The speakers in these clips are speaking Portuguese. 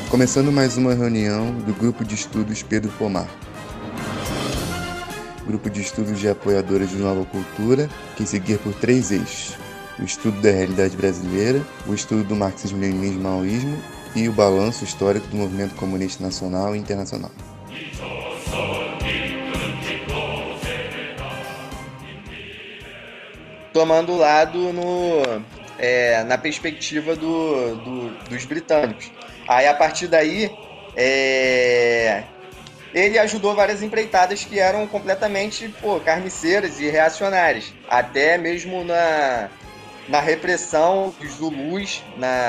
Começando mais uma reunião do Grupo de Estudos Pedro Pomar. Grupo de estudos de apoiadores de nova cultura, que seguir por 3 eixos: o estudo da realidade brasileira, o estudo do marxismo-leninismo e maoísmo e o balanço histórico do movimento comunista nacional e internacional. Tomando lado na perspectiva dos britânicos. Aí, a partir daí, ele ajudou várias empreitadas que eram completamente carniceiras e reacionárias, até mesmo na repressão dos Zulus,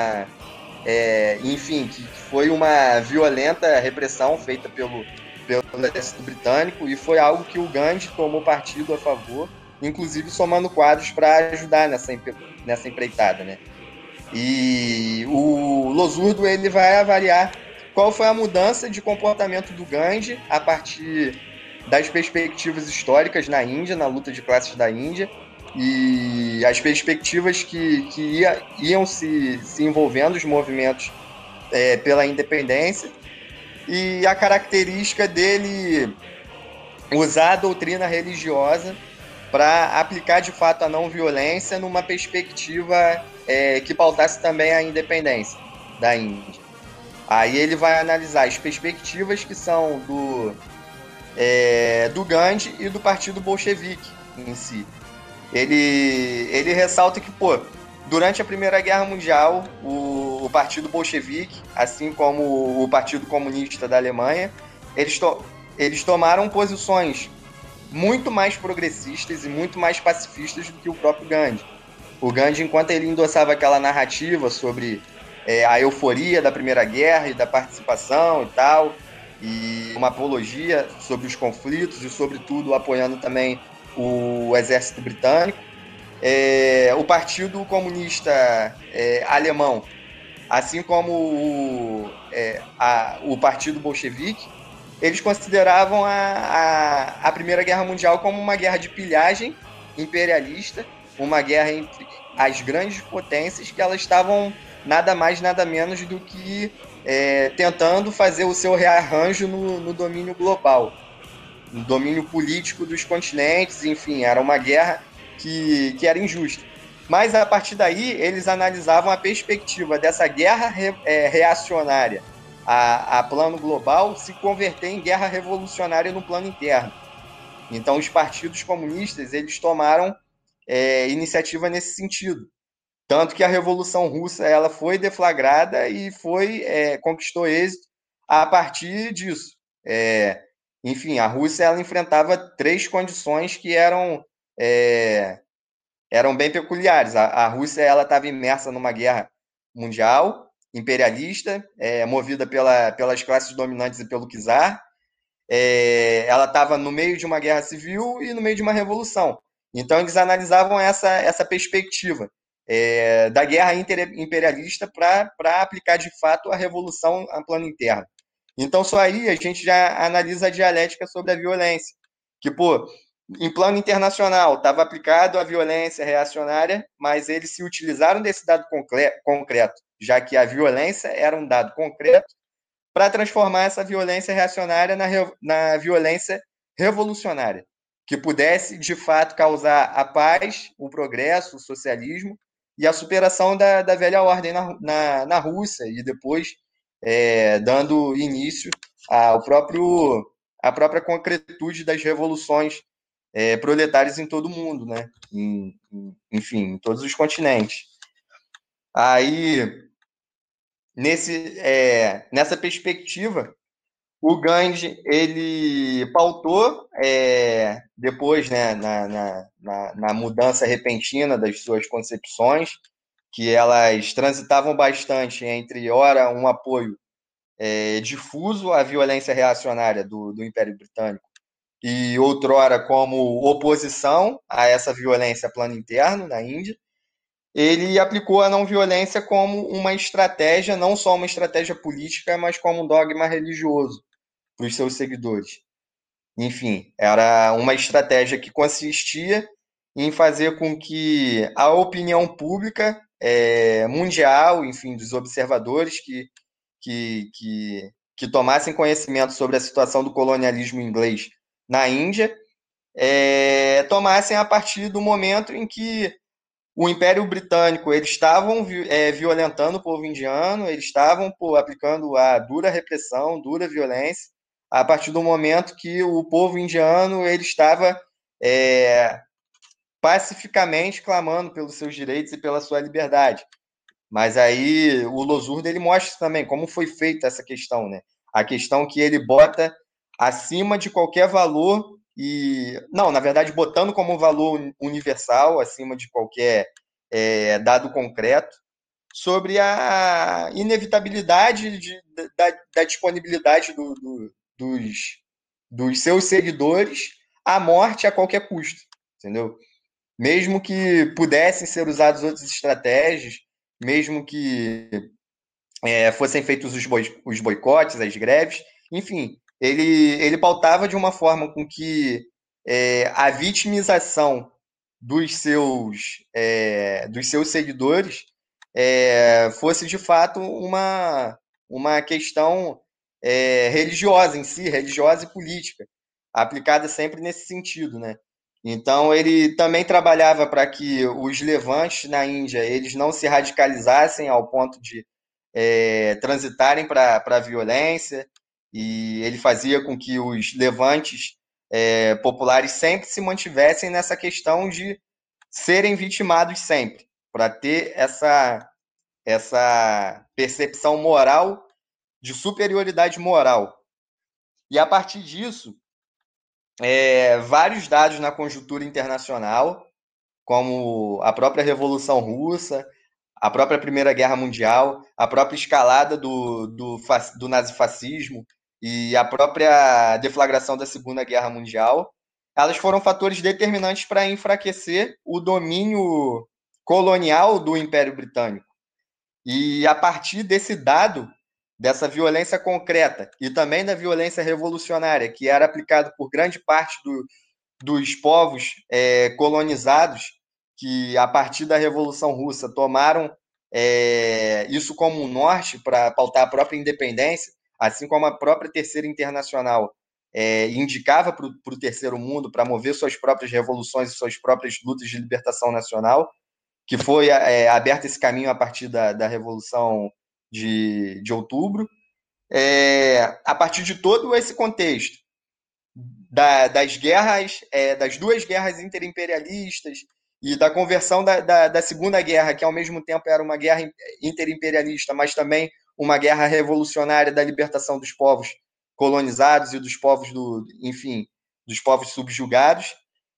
enfim, que foi uma violenta repressão feita pelo exército britânico, e foi algo que o Gandhi tomou partido a favor, inclusive somando quadros para ajudar nessa empreitada, né? E o Losurdo ele vai avaliar qual foi a mudança de comportamento do Gandhi a partir das perspectivas históricas na Índia, na luta de classes da Índia, e as perspectivas que iam se envolvendo os movimentos pela independência, e a característica dele usar a doutrina religiosa para aplicar de fato a não violência numa perspectiva que pautasse também a independência da Índia. Aí ele vai analisar as perspectivas que são do Gandhi e do Partido Bolchevique em si. Ele ressalta que, durante a Primeira Guerra Mundial, o Partido Bolchevique, assim como o Partido Comunista da Alemanha, eles tomaram posições muito mais progressistas e muito mais pacifistas do que o próprio Gandhi. O Gandhi, enquanto ele endossava aquela narrativa sobre a euforia da Primeira Guerra e da participação e tal, e uma apologia sobre os conflitos e, sobretudo, apoiando também o exército britânico, o Partido Comunista Alemão, assim como o Partido Bolchevique, eles consideravam a Primeira Guerra Mundial como uma guerra de pilhagem imperialista, uma guerra entre as grandes potências, que elas estavam nada mais, nada menos do que tentando fazer o seu rearranjo no domínio global, no domínio político dos continentes, enfim, era uma guerra que era injusta. Mas, a partir daí, eles analisavam a perspectiva dessa guerra reacionária a plano global se converter em guerra revolucionária no plano interno. Então, os partidos comunistas eles tomaram iniciativa nesse sentido. Tanto que a Revolução Russa ela foi deflagrada e conquistou êxito a partir disso. Enfim, a Rússia ela enfrentava 3 condições que eram bem peculiares. A Rússia ela estava imersa numa guerra mundial, imperialista, movida pelas classes dominantes e pelo czar. Ela estava no meio de uma guerra civil e no meio de uma revolução. Então, eles analisavam essa perspectiva da guerra imperialista para aplicar, de fato, a revolução a plano interno. Então, só aí a gente já analisa a dialética sobre a violência, que, em plano internacional, estava aplicado a violência reacionária, mas eles se utilizaram desse dado concreto, já que a violência era um dado concreto, para transformar essa violência reacionária na violência revolucionária, que pudesse, de fato, causar a paz, o progresso, o socialismo e a superação da velha ordem na Rússia, e depois dando início à própria concretude das revoluções proletárias em todo o mundo, né? Enfim, em todos os continentes. Aí, nessa perspectiva, o Gandhi ele pautou, depois, né, na mudança repentina das suas concepções, que elas transitavam bastante entre, ora, um apoio difuso à violência reacionária do Império Britânico, e outrora como oposição a essa violência a plano interno na Índia. Ele aplicou a não violência como uma estratégia, não só uma estratégia política, mas como um dogma religioso para os seus seguidores. Enfim, era uma estratégia que consistia em fazer com que a opinião pública mundial, enfim, dos observadores que tomassem conhecimento sobre a situação do colonialismo inglês na Índia, tomassem a partir do momento em que o Império Britânico, eles estavam violentando o povo indiano, eles estavam aplicando a dura repressão, dura violência, a partir do momento que o povo indiano ele estava pacificamente clamando pelos seus direitos e pela sua liberdade. Mas aí o Losurdo ele mostra também como foi feita essa questão, né? A questão que ele bota acima de qualquer valor e não, na verdade, botando como valor universal acima de qualquer dado concreto sobre a inevitabilidade da disponibilidade dos seus seguidores à morte a qualquer custo, entendeu? Mesmo que pudessem ser usadas outras estratégias, mesmo que fossem feitos os boicotes, as greves, enfim, ele pautava de uma forma com que a vitimização dos seus seguidores fosse de fato uma questão religiosa em si, religiosa e política, aplicada sempre nesse sentido, né? Então ele também trabalhava para que os levantes na Índia eles não se radicalizassem ao ponto de transitarem para a violência, e ele fazia com que os levantes populares sempre se mantivessem nessa questão de serem vitimados sempre, para ter essa percepção moral de superioridade moral. E a partir disso, vários dados na conjuntura internacional, como a própria Revolução Russa, a própria Primeira Guerra Mundial, a própria escalada do nazifascismo e a própria deflagração da Segunda Guerra Mundial, elas foram fatores determinantes para enfraquecer o domínio colonial do Império Britânico. E a partir desse dado, dessa violência concreta e também da violência revolucionária, que era aplicada por grande parte dos povos colonizados, que a partir da Revolução Russa tomaram isso como um norte para pautar a própria independência, assim como a própria Terceira Internacional indicava para o terceiro mundo para mover suas próprias revoluções e suas próprias lutas de libertação nacional, que foi aberto esse caminho a partir da Revolução de Outubro. A partir de todo esse contexto, das guerras, das duas guerras interimperialistas e da conversão da Segunda Guerra, que ao mesmo tempo era uma guerra interimperialista, mas também uma guerra revolucionária da libertação dos povos colonizados e dos povos enfim, dos povos subjugados.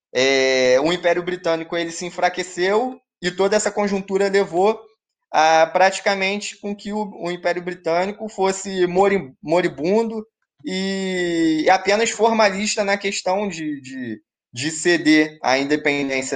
O Império Britânico ele se enfraqueceu e toda essa conjuntura levou a praticamente com que o Império Britânico fosse moribundo e apenas formalista na questão de ceder a independência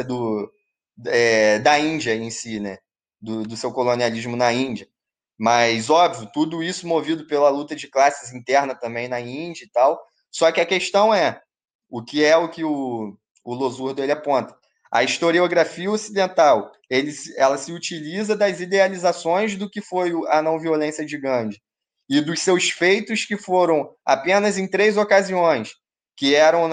da Índia em si, né? Do seu colonialismo na Índia. Mas, óbvio, tudo isso movido pela luta de classes interna também na Índia e tal. Só que a questão o que o Losurdo ele aponta. A historiografia ocidental ela se utiliza das idealizações do que foi a não violência de Gandhi e dos seus feitos que foram apenas em 3 ocasiões, que eram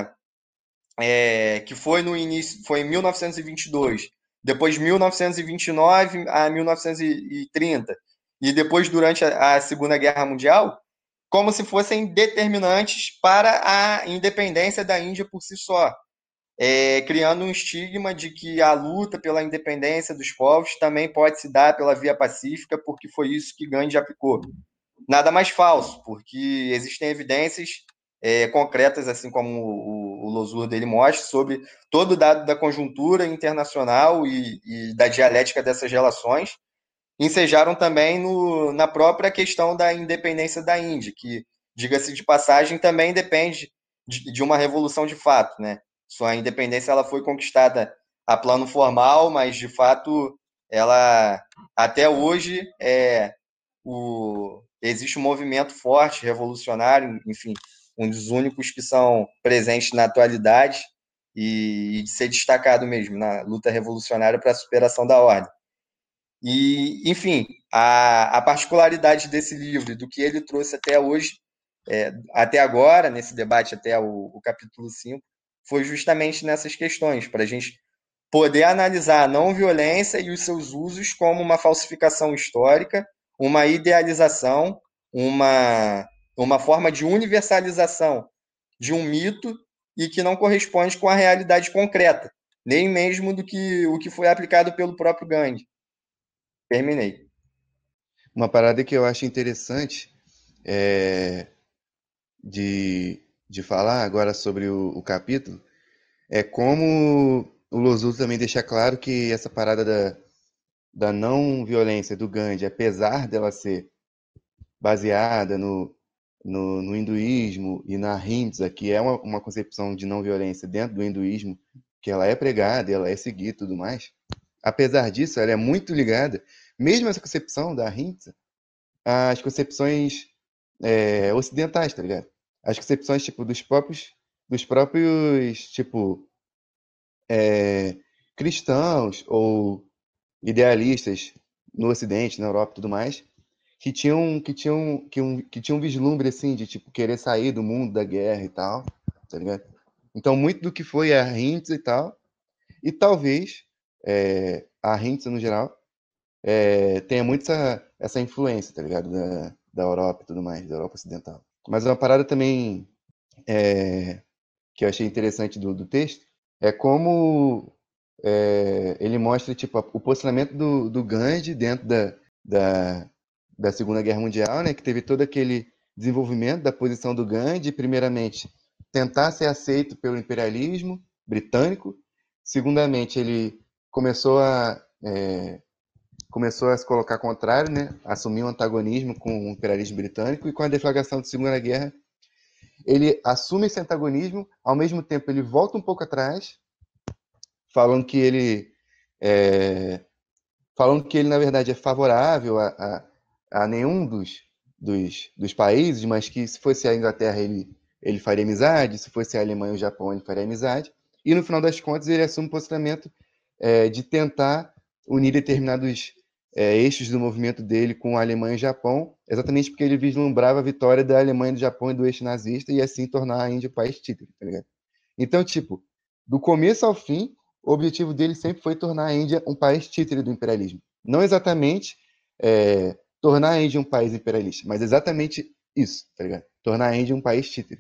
que foi no início, foi em 1922, depois 1929 a 1930 e depois durante a Segunda Guerra Mundial, como se fossem determinantes para a independência da Índia por si só, criando um estigma de que a luta pela independência dos povos também pode se dar pela via pacífica, porque foi isso que Gandhi aplicou. Nada mais falso, porque existem evidências concretas, assim como o Losurdo dele mostra, sobre todo o dado da conjuntura internacional e da dialética dessas relações, ensejaram também na própria questão da independência da Índia, que, diga-se de passagem, também depende de uma revolução de fato, né? Sua independência ela foi conquistada a plano formal, mas de fato ela até hoje existe um movimento forte, revolucionário, enfim, um dos únicos que são presentes na atualidade e de ser destacado mesmo na luta revolucionária para a superação da ordem. E, enfim, a particularidade desse livro e do que ele trouxe até hoje, até agora, nesse debate até o capítulo 5, foi justamente nessas questões, para a gente poder analisar a não violência e os seus usos como uma falsificação histórica, uma idealização, uma forma de universalização de um mito e que não corresponde com a realidade concreta, nem mesmo do que o que foi aplicado pelo próprio Gandhi. Terminei. Uma parada que eu acho interessante é, de falar agora sobre o capítulo é como o Lozu também deixa claro que essa parada da não violência do Gandhi, apesar dela ser baseada no hinduísmo e na Ahimsa, que é uma concepção de não violência dentro do hinduísmo, que ela é pregada, ela é seguida e tudo mais. Apesar disso, ela é muito ligada, mesmo essa concepção da Ahimsa, às concepções ocidentais, tá ligado? As concepções, tipo, dos próprios tipo, cristãos ou idealistas no Ocidente, na Europa e tudo mais, que tinham um vislumbre assim de tipo querer sair do mundo da guerra e tal, tá ligado? Então muito do que foi a Hintz e tal, e talvez a Hintz no geral tenha muito essa influência, tá ligado? Da Europa e tudo mais, da Europa Ocidental. Mas uma parada também que eu achei interessante do texto é como ele mostra tipo o posicionamento do Gandhi dentro da, da Segunda Guerra Mundial, né, que teve todo aquele desenvolvimento da posição do Gandhi, primeiramente tentar ser aceito pelo imperialismo britânico, segundamente ele começou a começou a se colocar contrário, né, assumir um antagonismo com o imperialismo britânico, e com a deflagração da Segunda Guerra ele assume esse antagonismo, ao mesmo tempo ele volta um pouco atrás, falando que ele na verdade é favorável a nenhum dos países, mas que se fosse a Inglaterra ele faria amizade, se fosse a Alemanha ou o Japão ele faria amizade, e no final das contas ele assume o posicionamento de tentar unir determinados eixos do movimento dele com a Alemanha e o Japão, exatamente porque ele vislumbrava a vitória da Alemanha, do Japão e do eixo nazista, e assim tornar a Índia o país títere, tá ligado? Então, tipo, do começo ao fim, o objetivo dele sempre foi tornar a Índia um país títere do imperialismo. Não exatamente tornar a Índia um país imperialista, mas exatamente isso, tá ligado? Tornar a Índia um país títere.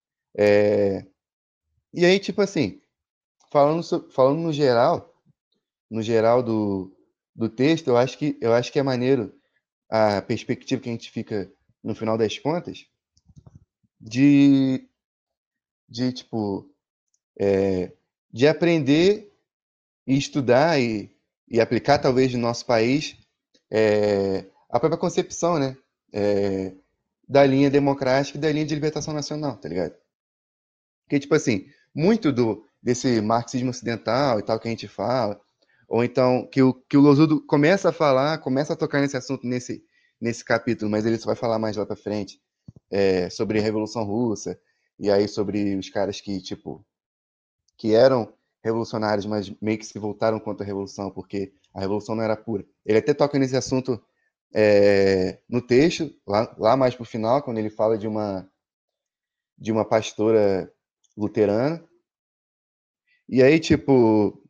E aí, tipo assim, falando no geral do texto, eu acho que é maneiro a perspectiva que a gente fica no final das contas de, de tipo, de aprender e estudar e aplicar talvez no nosso país a própria concepção, né, da linha democrática e da linha de libertação nacional, tá ligado? Porque, tipo assim, muito desse marxismo ocidental e tal que a gente fala, ou então que o Losudo começa a falar, começa a tocar nesse assunto nesse capítulo, mas ele só vai falar mais lá pra frente, sobre a Revolução Russa, e aí sobre os caras que, tipo, que eram revolucionários, mas meio que se voltaram contra a Revolução, porque a Revolução não era pura. Ele até toca nesse assunto no texto, lá mais pro final, quando ele fala de uma pastora luterana. E aí, tipo,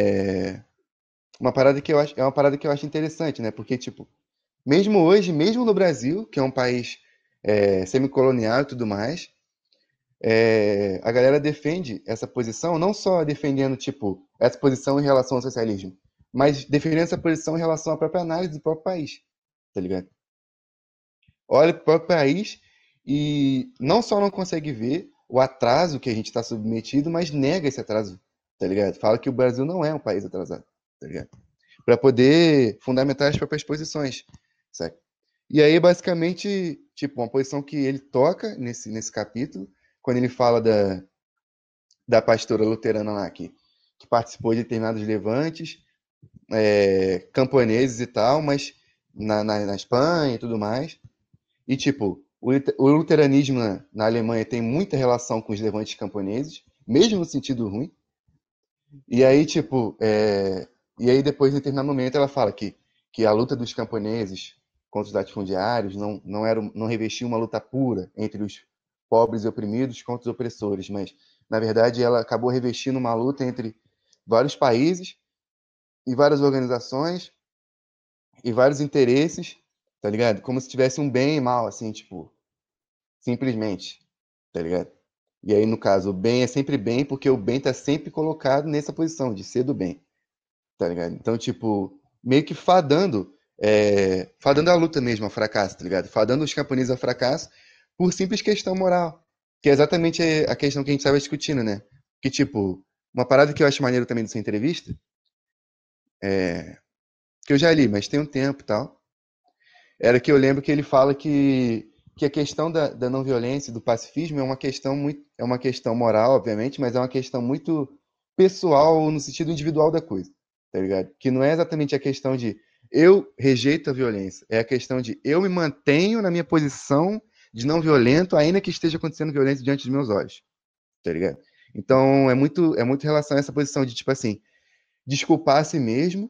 uma parada que eu acho interessante, né? Porque, tipo, mesmo hoje, mesmo no Brasil, que é um país semicolonial e tudo mais, a galera defende essa posição, não só defendendo, tipo, essa posição em relação ao socialismo, mas defendendo essa posição em relação à própria análise do próprio país, tá ligado? Olha para o próprio país e não só não consegue ver o atraso que a gente está submetido, mas nega esse atraso, tá ligado? Fala que o Brasil não é um país atrasado, tá ligado? Para poder fundamentar as próprias posições, sabe? E aí, basicamente, tipo, uma posição que ele toca nesse capítulo, quando ele fala da pastora luterana lá, que participou de determinados levantes, camponeses e tal, mas na Espanha e tudo mais. E, tipo, o luteranismo na Alemanha tem muita relação com os levantes camponeses, mesmo no sentido ruim. E aí, tipo, e aí depois, em determinado momento, ela fala que a luta dos camponeses contra os latifundiários não revestia uma luta pura entre os pobres e oprimidos contra os opressores, mas, na verdade, ela acabou revestindo uma luta entre vários países e várias organizações e vários interesses, tá ligado? Como se tivesse um bem e mal, assim, tipo, simplesmente, tá ligado? E aí, no caso, o bem é sempre bem porque o bem tá sempre colocado nessa posição de ser do bem, tá ligado? Então, tipo, meio que fadando a luta mesmo ao fracasso, tá ligado? Fadando os camponeses ao fracasso por simples questão moral, que é exatamente a questão que a gente estava discutindo, né? Que, tipo, uma parada que eu acho maneiro também dessa entrevista, que eu já li, mas tem um tempo e tal, era que eu lembro que ele fala que a questão da não violência e do pacifismo é uma questão moral, obviamente, mas é uma questão muito pessoal no sentido individual da coisa, tá ligado? Que não é exatamente a questão de eu rejeito a violência, é a questão de eu me mantenho na minha posição de não violento, ainda que esteja acontecendo violência diante dos meus olhos, tá ligado? Então é muito em relação a essa posição de tipo assim, desculpar a si mesmo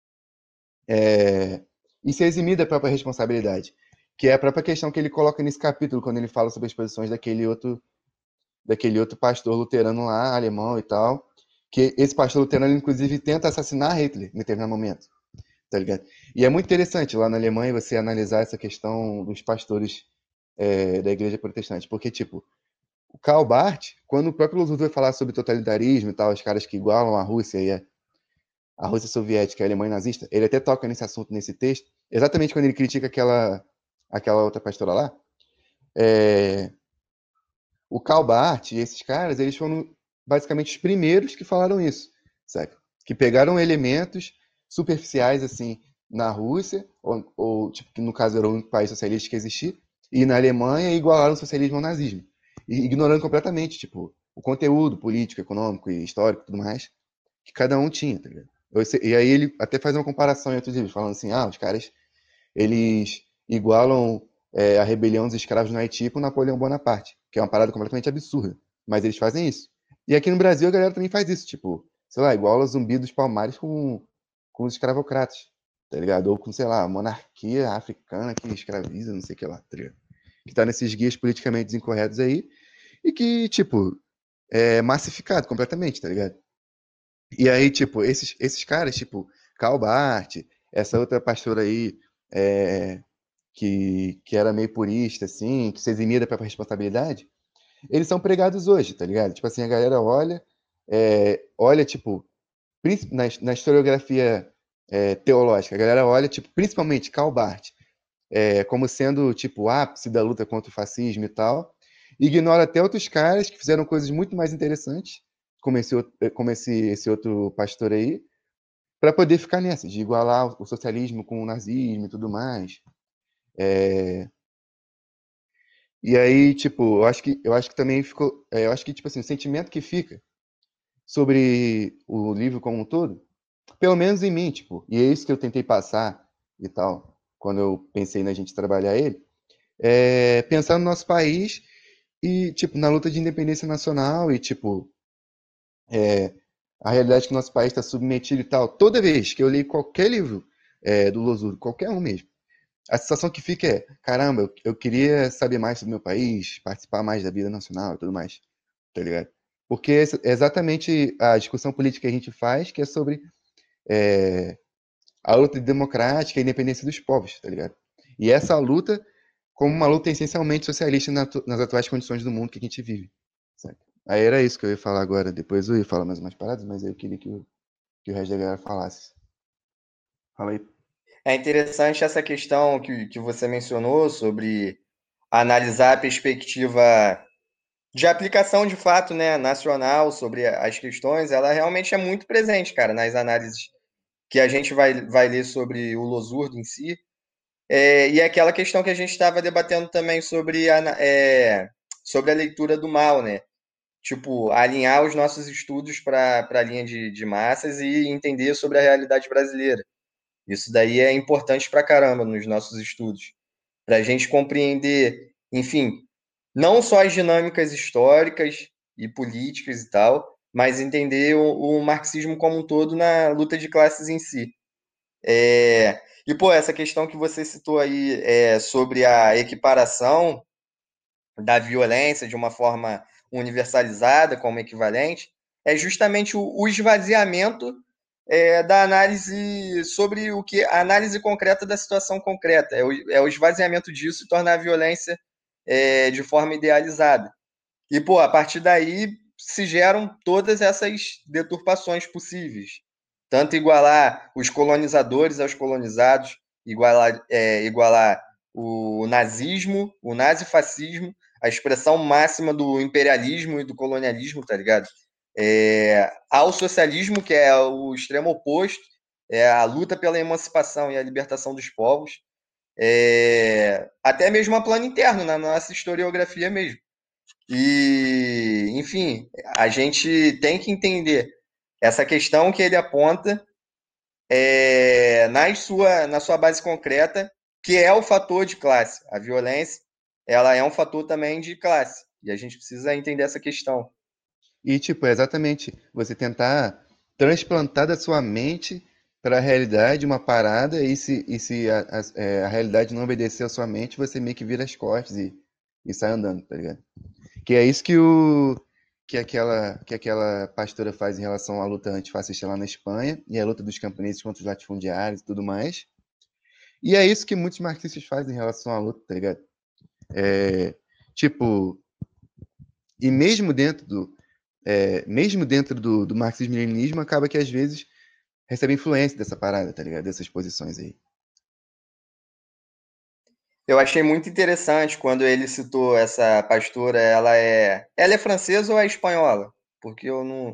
e se eximir da própria responsabilidade, que é a própria questão que ele coloca nesse capítulo, quando ele fala sobre as posições daquele outro pastor luterano lá, alemão e tal, que esse pastor luterano, inclusive, tenta assassinar Hitler em determinado momento, tá ligado? E é muito interessante lá na Alemanha você analisar essa questão dos pastores da igreja protestante, porque, tipo, o Karl Barth, quando o próprio Louis vai falar sobre totalitarismo e tal, os caras que igualam a Rússia e a Rússia soviética e a Alemanha nazista, ele até toca nesse assunto nesse texto, exatamente quando ele critica aquela outra pastora lá. O Karl Barth e esses caras, eles foram basicamente os primeiros que falaram isso, sabe? Que pegaram elementos superficiais, assim, na Rússia, ou tipo, que no caso era o único país socialista que existia, e na Alemanha, e igualaram o socialismo ao nazismo. E ignorando completamente, tipo, o conteúdo político, econômico e histórico e tudo mais que cada um tinha, tá ligado? E aí ele até faz uma comparação em outros livros, falando assim, os caras, eles igualam a rebelião dos escravos no Haiti com Napoleão Bonaparte, que é uma parada completamente absurda, mas eles fazem isso. E aqui no Brasil a galera também faz isso, tipo, sei lá, iguala Zumbi dos Palmares com os escravocratas, tá ligado? Ou com, sei lá, a monarquia africana que escraviza, não sei o que lá, tá ligado? Que tá nesses guias politicamente incorretos aí, e que, tipo, é massificado completamente, tá ligado? E aí, tipo, esses caras, tipo, Karl Barth, essa outra pastora aí, é, que era meio purista, assim, que se eximia da própria responsabilidade, eles são pregados hoje, tá ligado? Tipo assim, a galera olha, tipo, na historiografia teológica, a galera olha, tipo, principalmente Karl Barth, como sendo, tipo, o ápice da luta contra o fascismo e tal, e ignora até outros caras que fizeram coisas muito mais interessantes, como esse outro pastor aí, para poder ficar nessa, de igualar o socialismo com o nazismo e tudo mais. E aí, tipo, eu acho que também ficou, eu acho que tipo assim, o sentimento que fica sobre o livro como um todo, pelo menos em mim, tipo, e é isso que eu tentei passar e tal, quando eu pensei na gente trabalhar ele, pensar no nosso país e, tipo, na luta de independência nacional e, tipo, a realidade que o nosso país está submetido e tal. Toda vez que eu leio qualquer livro do Losurdo, qualquer um mesmo, a sensação que fica é, caramba, eu queria saber mais sobre o meu país, participar mais da vida nacional e tudo mais, tá ligado? Porque é exatamente a discussão política que a gente faz, que é sobre a luta democrática e a independência dos povos, tá ligado? E essa luta como uma luta essencialmente socialista nas atuais condições do mundo que a gente vive, sabe? Aí era isso que eu ia falar agora, depois eu ia falar mais umas paradas, mas eu queria que o resto da galera falasse. Fala aí. É interessante essa questão que você mencionou sobre analisar a perspectiva de aplicação de fato, né, nacional sobre as questões, ela realmente é muito presente, cara, nas análises que a gente vai ler sobre o Losurdo em si. E é aquela questão que a gente estava debatendo também sobre a leitura do mal, né? Tipo, alinhar os nossos estudos para a linha de massas e entender sobre a realidade brasileira. Isso daí é importante pra caramba nos nossos estudos, para a gente compreender, enfim, não só as dinâmicas históricas e políticas e tal, mas entender o marxismo como um todo na luta de classes em si. E, pô, essa questão que você citou aí sobre a equiparação da violência de uma forma universalizada, como equivalente, é justamente o esvaziamento da análise sobre o que a análise concreta da situação concreta, é o esvaziamento disso e tornar a violência de forma idealizada. E, pô, a partir daí se geram todas essas deturpações possíveis. Tanto igualar os colonizadores aos colonizados, igualar o nazismo, o nazifascismo, a expressão máxima do imperialismo e do colonialismo, tá ligado? Ao socialismo, que é o extremo oposto, é a luta pela emancipação e a libertação dos povos, até mesmo a plano interno, na nossa historiografia mesmo. E, enfim, a gente tem que entender essa questão que ele aponta na sua base concreta, que é o fator de classe. A violência, ela é um fator também de classe. E a gente precisa entender essa questão. E, tipo, é exatamente você tentar transplantar da sua mente para a realidade uma parada, e se a realidade não obedecer à sua mente, você meio que vira as costas e sai andando, tá ligado? Que é isso que aquela pastora faz em relação à luta antifascista lá na Espanha, e a luta dos camponeses contra os latifundiários e tudo mais. E é isso que muitos marxistas fazem em relação à luta, tá ligado? Tipo, e mesmo dentro do marxismo-leninismo, acaba que às vezes recebe influência dessa parada, tá ligado? Dessas posições aí. Eu achei muito interessante quando ele citou essa pastora, ela é francesa ou é espanhola? Porque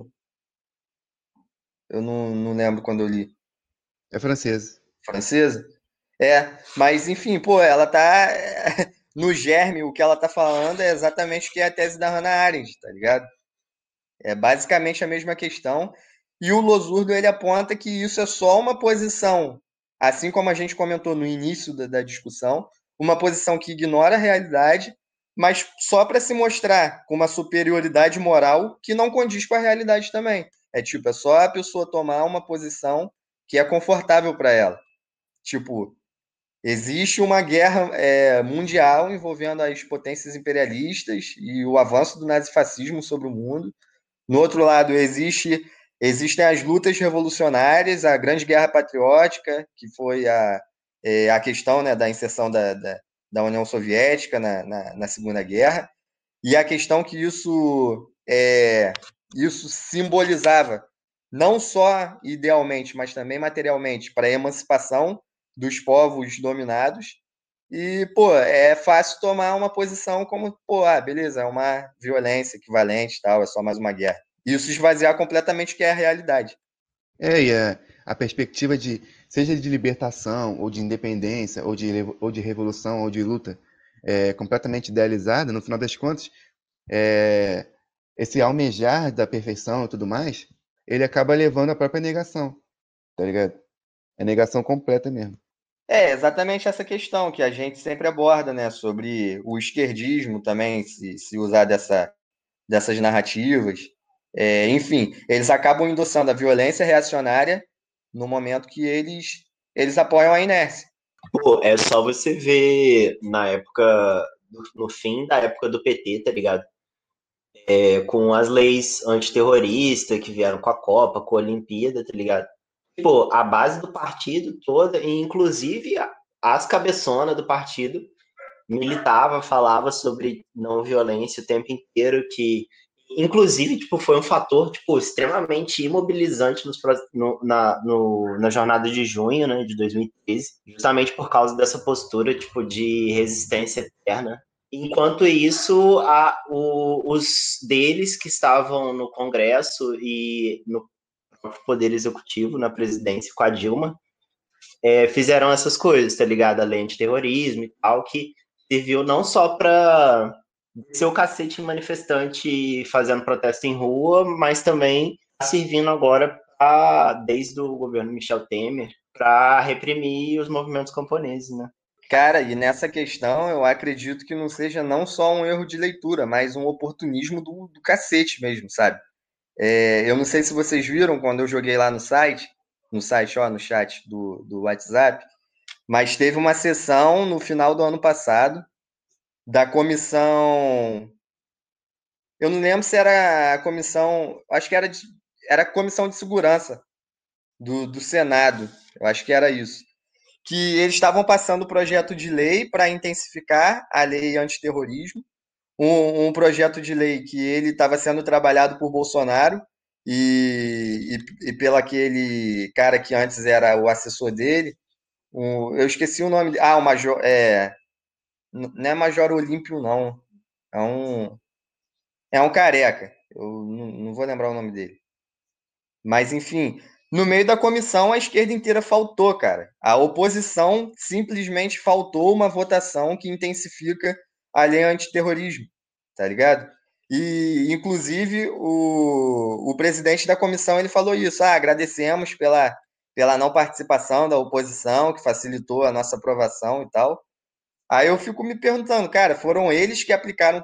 eu não lembro quando eu li. É francesa. Francesa? Mas enfim, pô, ela tá no germe, o que ela tá falando é exatamente o que é a tese da Hannah Arendt, tá ligado? É basicamente a mesma questão. E o Losurdo ele aponta que isso é só uma posição, assim como a gente comentou no início da discussão, uma posição que ignora a realidade, mas só para se mostrar com uma superioridade moral que não condiz com a realidade também. É só a pessoa tomar uma posição que é confortável para ela. Tipo, existe uma guerra mundial envolvendo as potências imperialistas e o avanço do nazifascismo sobre o mundo. No outro lado, existem as lutas revolucionárias, a Grande Guerra Patriótica, que foi a questão, né, da inserção da União Soviética na Segunda Guerra, e a questão que isso simbolizava, não só idealmente, mas também materialmente, para a emancipação dos povos dominados. E, pô, é fácil tomar uma posição como, pô, beleza, é uma violência equivalente, tal, é só mais uma guerra. E isso esvaziar completamente o que é a realidade. E a perspectiva seja de libertação, ou de independência, ou de revolução, ou de luta, completamente idealizada, no final das contas, é, esse almejar da perfeição e tudo mais, ele acaba levando à própria negação, tá ligado? É negação completa mesmo. É exatamente essa questão que a gente sempre aborda, né, sobre o esquerdismo também, se usar dessas narrativas. Enfim, eles acabam endossando a violência reacionária no momento que eles apoiam a inércia. Pô, é só você ver na época, no fim da época do PT, tá ligado? Com as leis antiterroristas que vieram com a Copa, com a Olimpíada, tá ligado? Pô, a base do partido toda, e inclusive as cabeçonas do partido, militava, falava sobre não violência o tempo inteiro, que inclusive tipo, foi um fator tipo, extremamente imobilizante na jornada de junho, né, de 2013, justamente por causa dessa postura tipo, de resistência eterna. Enquanto isso, os deles que estavam no Congresso e no Poder Executivo, na presidência, com a Dilma, fizeram essas coisas, tá ligado? A lei antiterrorismo e tal, que serviu não só para ser o cacete manifestante fazendo protesto em rua, mas também servindo agora, desde o governo Michel Temer, para reprimir os movimentos camponeses, né? Cara, e nessa questão eu acredito que não seja não só um erro de leitura, mas um oportunismo do cacete mesmo, sabe? Eu não sei se vocês viram quando eu joguei lá no site. no site, ó, no chat do WhatsApp, mas teve uma sessão no final do ano passado da comissão. Eu não lembro se era a comissão. Acho que era a comissão de segurança do Senado. Eu acho que era isso. Que eles estavam passando o projeto de lei para intensificar a lei antiterrorismo. Um projeto de lei que ele estava sendo trabalhado por Bolsonaro e pelo aquele cara que antes era o assessor dele. Eu esqueci o nome. O Major. Não é Major Olímpio, não. É um, é um careca. Eu não vou lembrar o nome dele. Mas, enfim, no meio da comissão, a esquerda inteira faltou, cara. A oposição simplesmente faltou uma votação que intensifica a lei antiterrorismo, tá ligado? E, inclusive, o presidente da comissão ele falou isso. Agradecemos pela não participação da oposição, que facilitou a nossa aprovação e tal. Aí eu fico me perguntando, cara, foram eles que aplicaram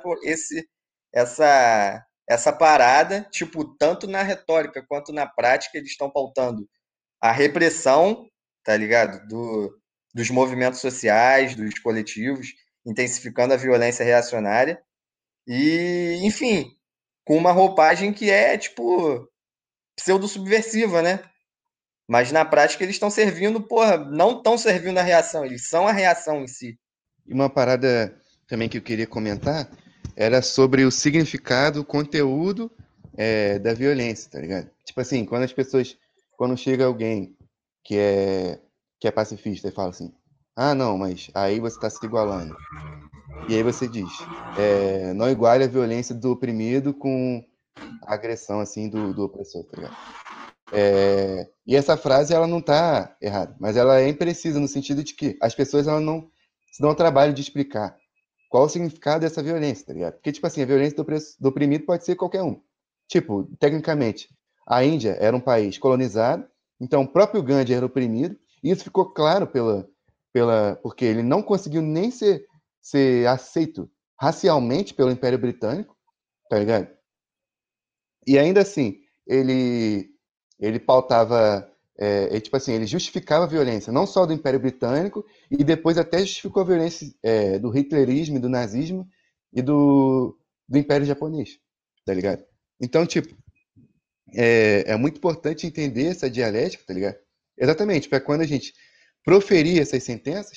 essa parada, tipo, tanto na retórica quanto na prática, eles estão pautando a repressão, tá ligado? Dos movimentos sociais, dos coletivos, intensificando a violência reacionária e, enfim, com uma roupagem que é, tipo, pseudo-subversiva, né? Mas na prática eles estão servindo, porra, não estão servindo a reação, eles são a reação em si. E uma parada também que eu queria comentar era sobre o significado, o conteúdo da violência, tá ligado? Tipo assim, quando chega alguém que é, que é pacifista e fala assim, não, mas aí você está se igualando. E aí você diz, não iguale a violência do oprimido com a agressão, assim, do opressor, tá ligado? E essa frase, ela não tá errada, mas ela é imprecisa no sentido de que as pessoas, elas não se dão ao trabalho de explicar qual o significado dessa violência, tá ligado? Porque, tipo assim, a violência do oprimido pode ser qualquer um. Tipo, tecnicamente, a Índia era um país colonizado, então o próprio Gandhi era oprimido, e isso ficou claro porque ele não conseguiu nem ser aceito racialmente pelo Império Britânico, tá ligado? E ainda assim, ele pautava, tipo assim, ele justificava a violência, não só do Império Britânico, e depois até justificou a violência do hitlerismo, do nazismo e do Império Japonês, tá ligado? Então, tipo, é muito importante entender essa dialética, tá ligado? Exatamente, para quando a gente proferir essas sentenças,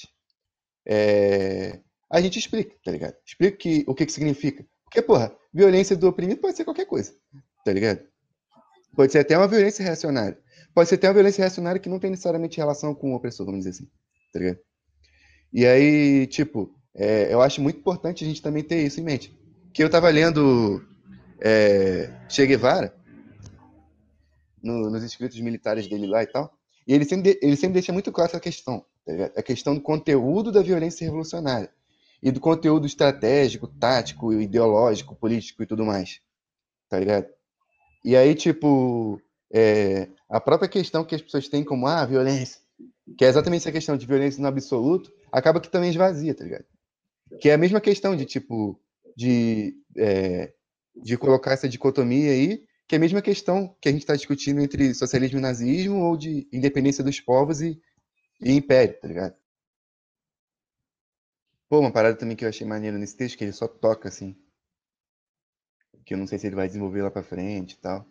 a gente explica, tá ligado? Explica o que significa. Porque, porra, violência do oprimido pode ser qualquer coisa, tá ligado? Pode ser até uma violência reacionária. Pode ser até uma violência reacionária que não tem necessariamente relação com o opressor, vamos dizer assim. Tá ligado? E aí, tipo, eu acho muito importante a gente também ter isso em mente. Que eu tava lendo Che Guevara, nos escritos militares dele lá e tal, e ele sempre deixa muito claro essa questão, tá ligado? A questão do conteúdo da violência revolucionária. E do conteúdo estratégico, tático, ideológico, político e tudo mais. Tá ligado? E aí, tipo, a própria questão que as pessoas têm como, violência, que é exatamente essa questão de violência no absoluto, acaba que também esvazia, tá ligado? Que é a mesma questão de, tipo, de colocar essa dicotomia aí, que é a mesma questão que a gente está discutindo entre socialismo e nazismo ou de independência dos povos e império, tá ligado? Pô, uma parada também que eu achei maneiro nesse texto, que ele só toca, assim, que eu não sei se ele vai desenvolver lá pra frente e tal.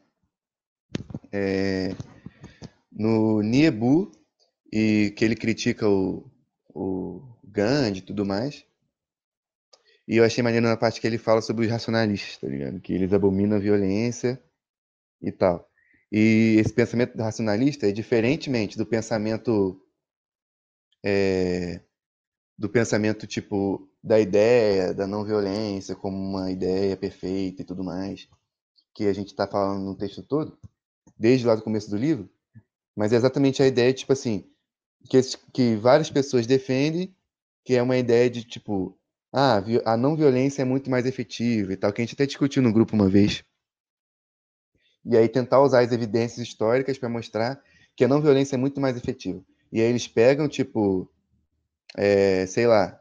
No Niebu, e que ele critica o Gandhi e tudo mais. E eu achei maneiro na parte que ele fala sobre os racionalistas, tá ligado? Que eles abominam a violência e tal. E esse pensamento racionalista é diferentemente do pensamento tipo da ideia da não violência como uma ideia perfeita e tudo mais, que a gente está falando no texto todo, desde lá do começo do livro, mas é exatamente a ideia, tipo assim, que várias pessoas defendem, que é uma ideia de tipo, a não violência é muito mais efetiva e tal, que a gente até discutiu no grupo uma vez. E aí tentar usar as evidências históricas para mostrar que a não violência é muito mais efetiva. E aí eles pegam, tipo, sei lá,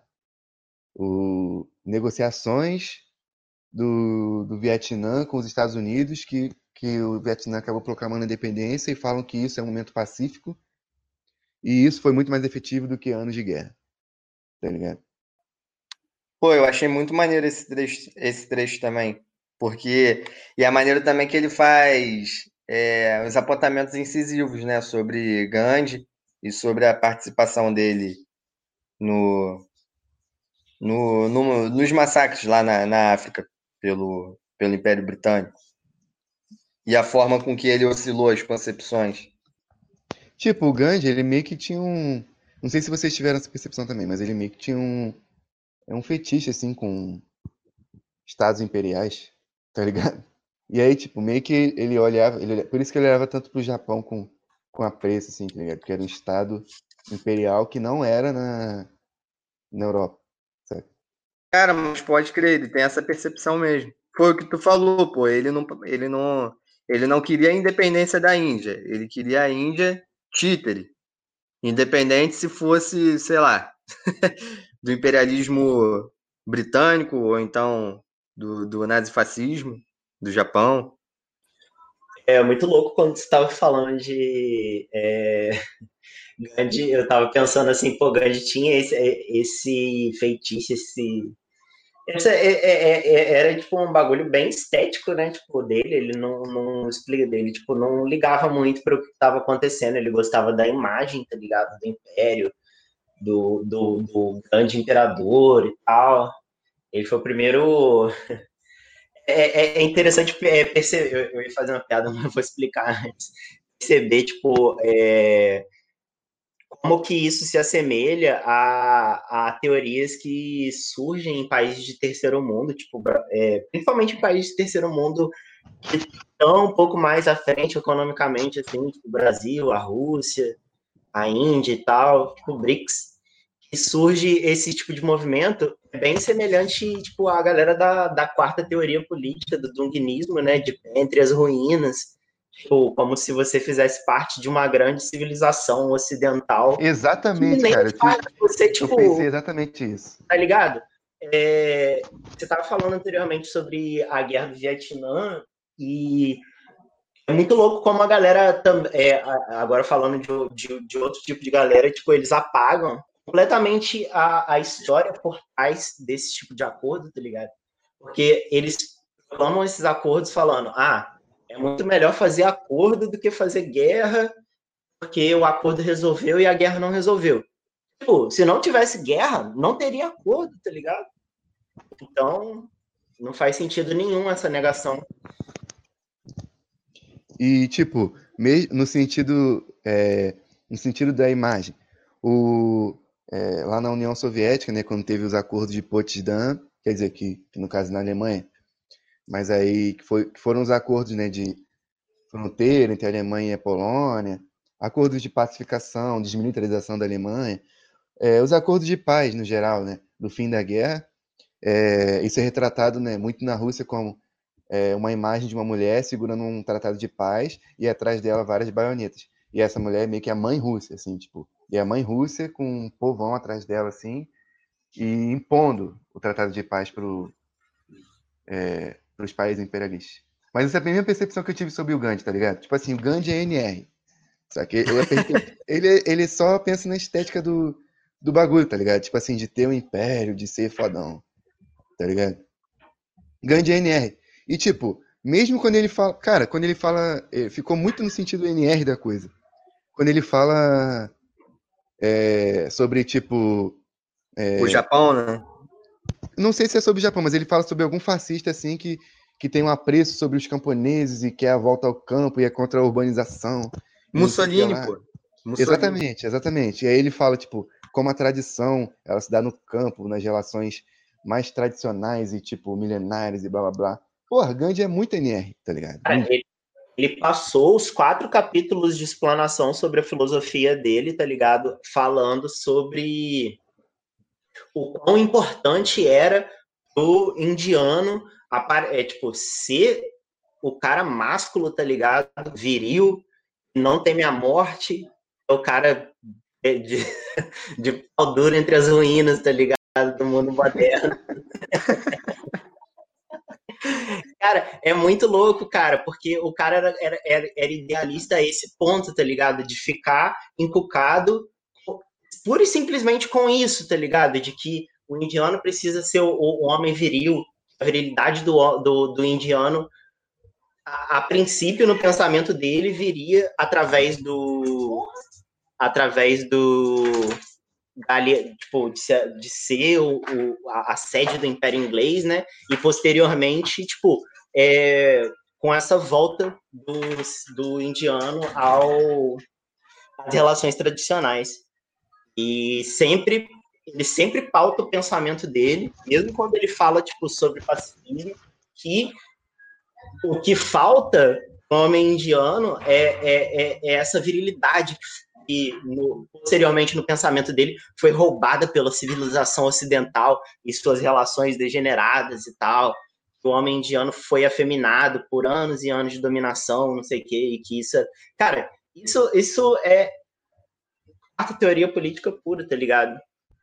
negociações do Vietnã com os Estados Unidos que que o Vietnã acabou proclamando a independência e falam que isso é um momento pacífico e isso foi muito mais efetivo do que anos de guerra, tá ligado? Pô, eu achei muito maneiro esse trecho também. Porque. E a maneira também que ele faz os apontamentos incisivos, né? Sobre Gandhi e sobre a participação dele no, nos massacres lá na África pelo Império Britânico. E a forma com que ele oscilou as concepções. Tipo, o Gandhi, ele meio que tinha um. Não sei se vocês tiveram essa percepção também, mas ele meio que tinha um fetiche, assim, com estados imperiais, tá ligado? E aí, tipo, meio que ele olhava. Por isso que ele olhava tanto pro Japão com apreço, assim, tá ligado? Porque era um estado imperial que não era na Europa, sabe? Cara, mas pode crer, ele tem essa percepção mesmo. Foi o que tu falou, pô. Ele não queria a independência da Índia. Ele queria a Índia títere. Independente se fosse, sei lá, do imperialismo britânico ou então do nazifascismo do Japão. É muito louco quando você estava falando de Gandhi, eu estava pensando assim, pô, Gandhi tinha esse feitiço, era tipo um bagulho bem estético, né? Tipo, dele, ele não explica dele, tipo, não ligava muito para o que estava acontecendo, ele gostava da imagem, tá ligado? Do império, do grande imperador e tal. Ele foi o primeiro. É interessante perceber. Eu ia fazer uma piada, mas eu vou explicar antes. Perceber, tipo, como que isso se assemelha a teorias que surgem em países de terceiro mundo, tipo, principalmente em países de terceiro mundo que estão um pouco mais à frente economicamente, assim, tipo, o Brasil, a Rússia, a Índia e tal, tipo, o BRICS, que surge esse tipo de movimento bem semelhante, tipo, à galera da quarta teoria política, do Dunguianismo, né, de entre as ruínas, tipo, como se você fizesse parte de uma grande civilização ocidental, que Exatamente, nem cara. faz você, Eu pensei tipo, exatamente isso. tá ligado? Você estava falando anteriormente sobre a guerra do Vietnã e é muito louco como a galera, agora falando de outro tipo de galera, tipo, eles apagam completamente a história por trás desse tipo de acordo, tá ligado? Porque eles proclamam esses acordos falando, é muito melhor fazer acordo do que fazer guerra, porque o acordo resolveu e a guerra não resolveu. Tipo, se não tivesse guerra, não teria acordo, tá ligado? Então, não faz sentido nenhum essa negação. E, tipo, no sentido da imagem, lá na União Soviética, né, quando teve os acordos de Potsdam, quer dizer que no caso na Alemanha, mas aí que foram os acordos, né, de fronteira entre a Alemanha e a Polônia, acordos de pacificação, desmilitarização da Alemanha, os acordos de paz no geral, né, do fim da guerra. Isso é retratado, né, muito na Rússia como uma imagem de uma mulher segurando um tratado de paz e atrás dela várias baionetas. E essa mulher é meio que a mãe Rússia, assim, tipo, e a mãe Rússia com um povão atrás dela, assim, e impondo o tratado de paz para os países imperialistas. Mas essa é a primeira percepção que eu tive sobre o Gandhi, tá ligado? Tipo assim, o Gandhi é NR. Só que ele só pensa na estética do bagulho, tá ligado? Tipo assim, de ter um império, de ser fodão, tá ligado? Gandhi é NR. E tipo, mesmo quando ele fala. Cara, quando ele fala. Ficou muito no sentido NR da coisa. Quando ele fala sobre, tipo. O Japão, né? Não sei se é sobre o Japão, mas ele fala sobre algum fascista assim que tem um apreço sobre os camponeses e quer a volta ao campo e é contra a urbanização e não sei o que Mussolini, lá. pô. Mussolini. Exatamente, exatamente. E aí ele fala, tipo, como a tradição ela se dá no campo, nas relações mais tradicionais e, tipo, milenares e blá blá blá. Porra, Gandhi é muito NR, tá ligado? Cara, Muito. ele passou os 4 capítulos de explanação sobre a filosofia dele, tá ligado? Falando sobre o quão importante era o indiano tipo, ser o cara másculo, tá ligado? Viril, não teme a morte, é o cara de, de pau duro entre as ruínas, tá ligado? Do mundo moderno. Cara, é muito louco, cara, porque o cara era idealista a esse ponto, tá ligado? De ficar encucado pura e simplesmente com isso, tá ligado? De que o indiano precisa ser o homem viril, a virilidade do indiano, a princípio, no pensamento dele, viria através do tipo, de ser a sede do Império Inglês, né? E posteriormente, tipo, com essa volta do indiano às relações tradicionais. E ele sempre pauta o pensamento dele, mesmo quando ele fala tipo, sobre pacifismo, que o que falta no homem indiano é essa virilidade que posteriormente no pensamento dele foi roubada pela civilização ocidental e suas relações degeneradas e tal. O homem indiano foi afeminado por anos e anos de dominação, não sei o quê, e que isso... Cara, isso é a teoria política pura, tá ligado?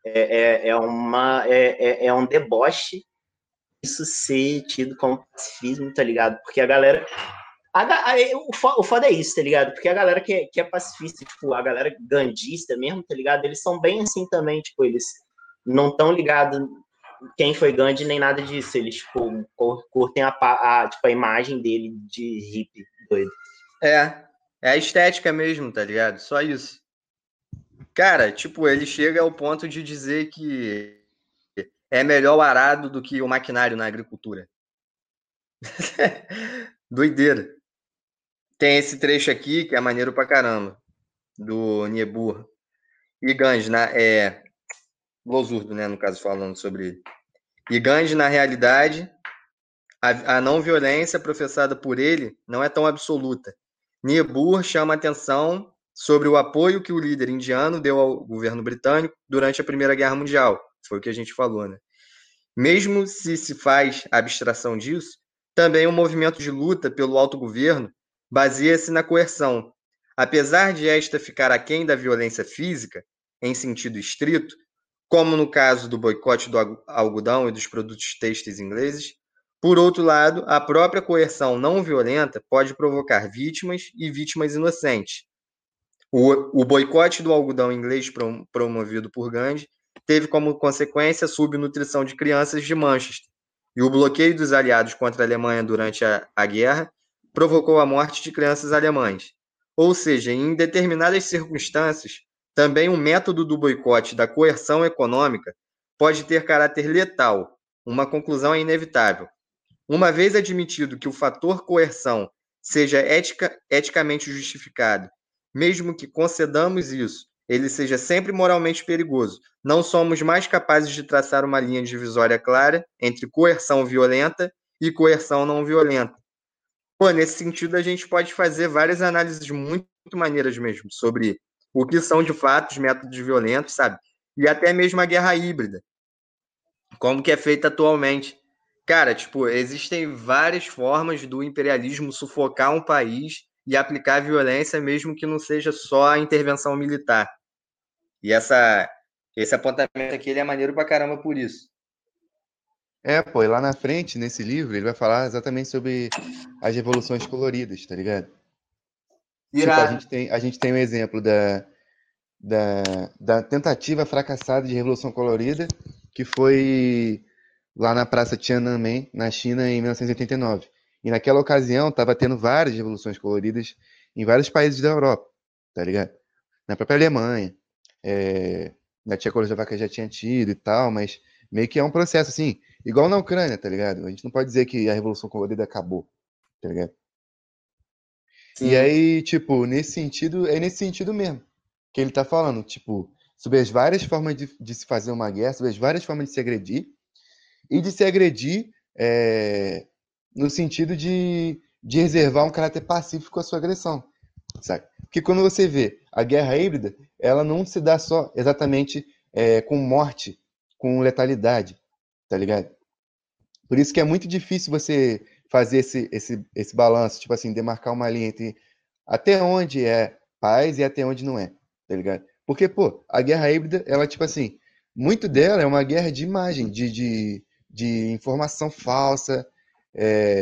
É um deboche isso ser tido como pacifismo, tá ligado? Porque a galera. O foda é isso, tá ligado? Porque a galera que é pacifista, tipo, a galera gandista mesmo, tá ligado? Eles são bem assim também, tipo, eles não estão ligados quem foi Gandhi nem nada disso. Eles, tipo, curtem tipo, a imagem dele de hippie doido. É a estética mesmo, tá ligado? Só isso. Cara, tipo, ele chega ao ponto de dizer que é melhor o arado do que o maquinário na agricultura. Doideira. Tem esse trecho aqui que é maneiro pra caramba, do Niebuhr. E Gandhi, Losurdo, né, no caso, falando sobre ele. E Gandhi, na realidade, a não violência professada por ele não é tão absoluta. Niebuhr chama atenção sobre o apoio que o líder indiano deu ao governo britânico durante a Primeira Guerra Mundial. Foi o que a gente falou, né? Mesmo se faz abstração disso, também o movimento de luta pelo autogoverno baseia-se na coerção. Apesar de esta ficar aquém da violência física, em sentido estrito, como no caso do boicote do algodão e dos produtos têxteis ingleses, por outro lado, a própria coerção não violenta pode provocar vítimas e vítimas inocentes. O boicote do algodão inglês promovido por Gandhi teve como consequência a subnutrição de crianças de Manchester, e o bloqueio dos aliados contra a Alemanha durante a guerra provocou a morte de crianças alemãs. Ou seja, em determinadas circunstâncias, também o método do boicote da coerção econômica pode ter caráter letal. Uma conclusão é inevitável. Uma vez admitido que o fator coerção seja eticamente justificado, mesmo que concedamos isso, ele seja sempre moralmente perigoso, não somos mais capazes de traçar uma linha divisória clara entre coerção violenta e coerção não violenta. Pô, nesse sentido, a gente pode fazer várias análises muito maneiras mesmo sobre o que são de fato os métodos violentos, sabe? E até mesmo a guerra híbrida, como que é feita atualmente. Cara, tipo, existem várias formas do imperialismo sufocar um país e aplicar violência, mesmo que não seja só a intervenção militar. E esse apontamento aqui ele é maneiro pra caramba por isso. Pô, e lá na frente, nesse livro, ele vai falar exatamente sobre as revoluções coloridas, tá ligado? Tipo, Irado. a gente tem um exemplo da tentativa fracassada de revolução colorida, que foi lá na Praça Tiananmen, na China, em 1989. E naquela ocasião, estava tendo várias revoluções coloridas em vários países da Europa, tá ligado? Na própria Alemanha, na Tchecoslováquia já tinha tido e tal, mas meio que é um processo assim, igual na Ucrânia, tá ligado? A gente não pode dizer que a revolução colorida acabou, tá ligado? E Sim. aí, tipo, é nesse sentido mesmo que ele tá falando, tipo, sobre as várias formas de se fazer uma guerra, sobre as várias formas de se agredir, e de se agredir no sentido de reservar um caráter pacífico à sua agressão, sabe? Porque quando você vê a guerra híbrida, ela não se dá só exatamente com morte, com letalidade, tá ligado? Por isso que é muito difícil você fazer esse balanço, tipo assim, demarcar uma linha entre até onde é paz e até onde não é, tá ligado? Porque, pô, a guerra híbrida, ela, tipo assim, muito dela é uma guerra de imagem, de informação falsa,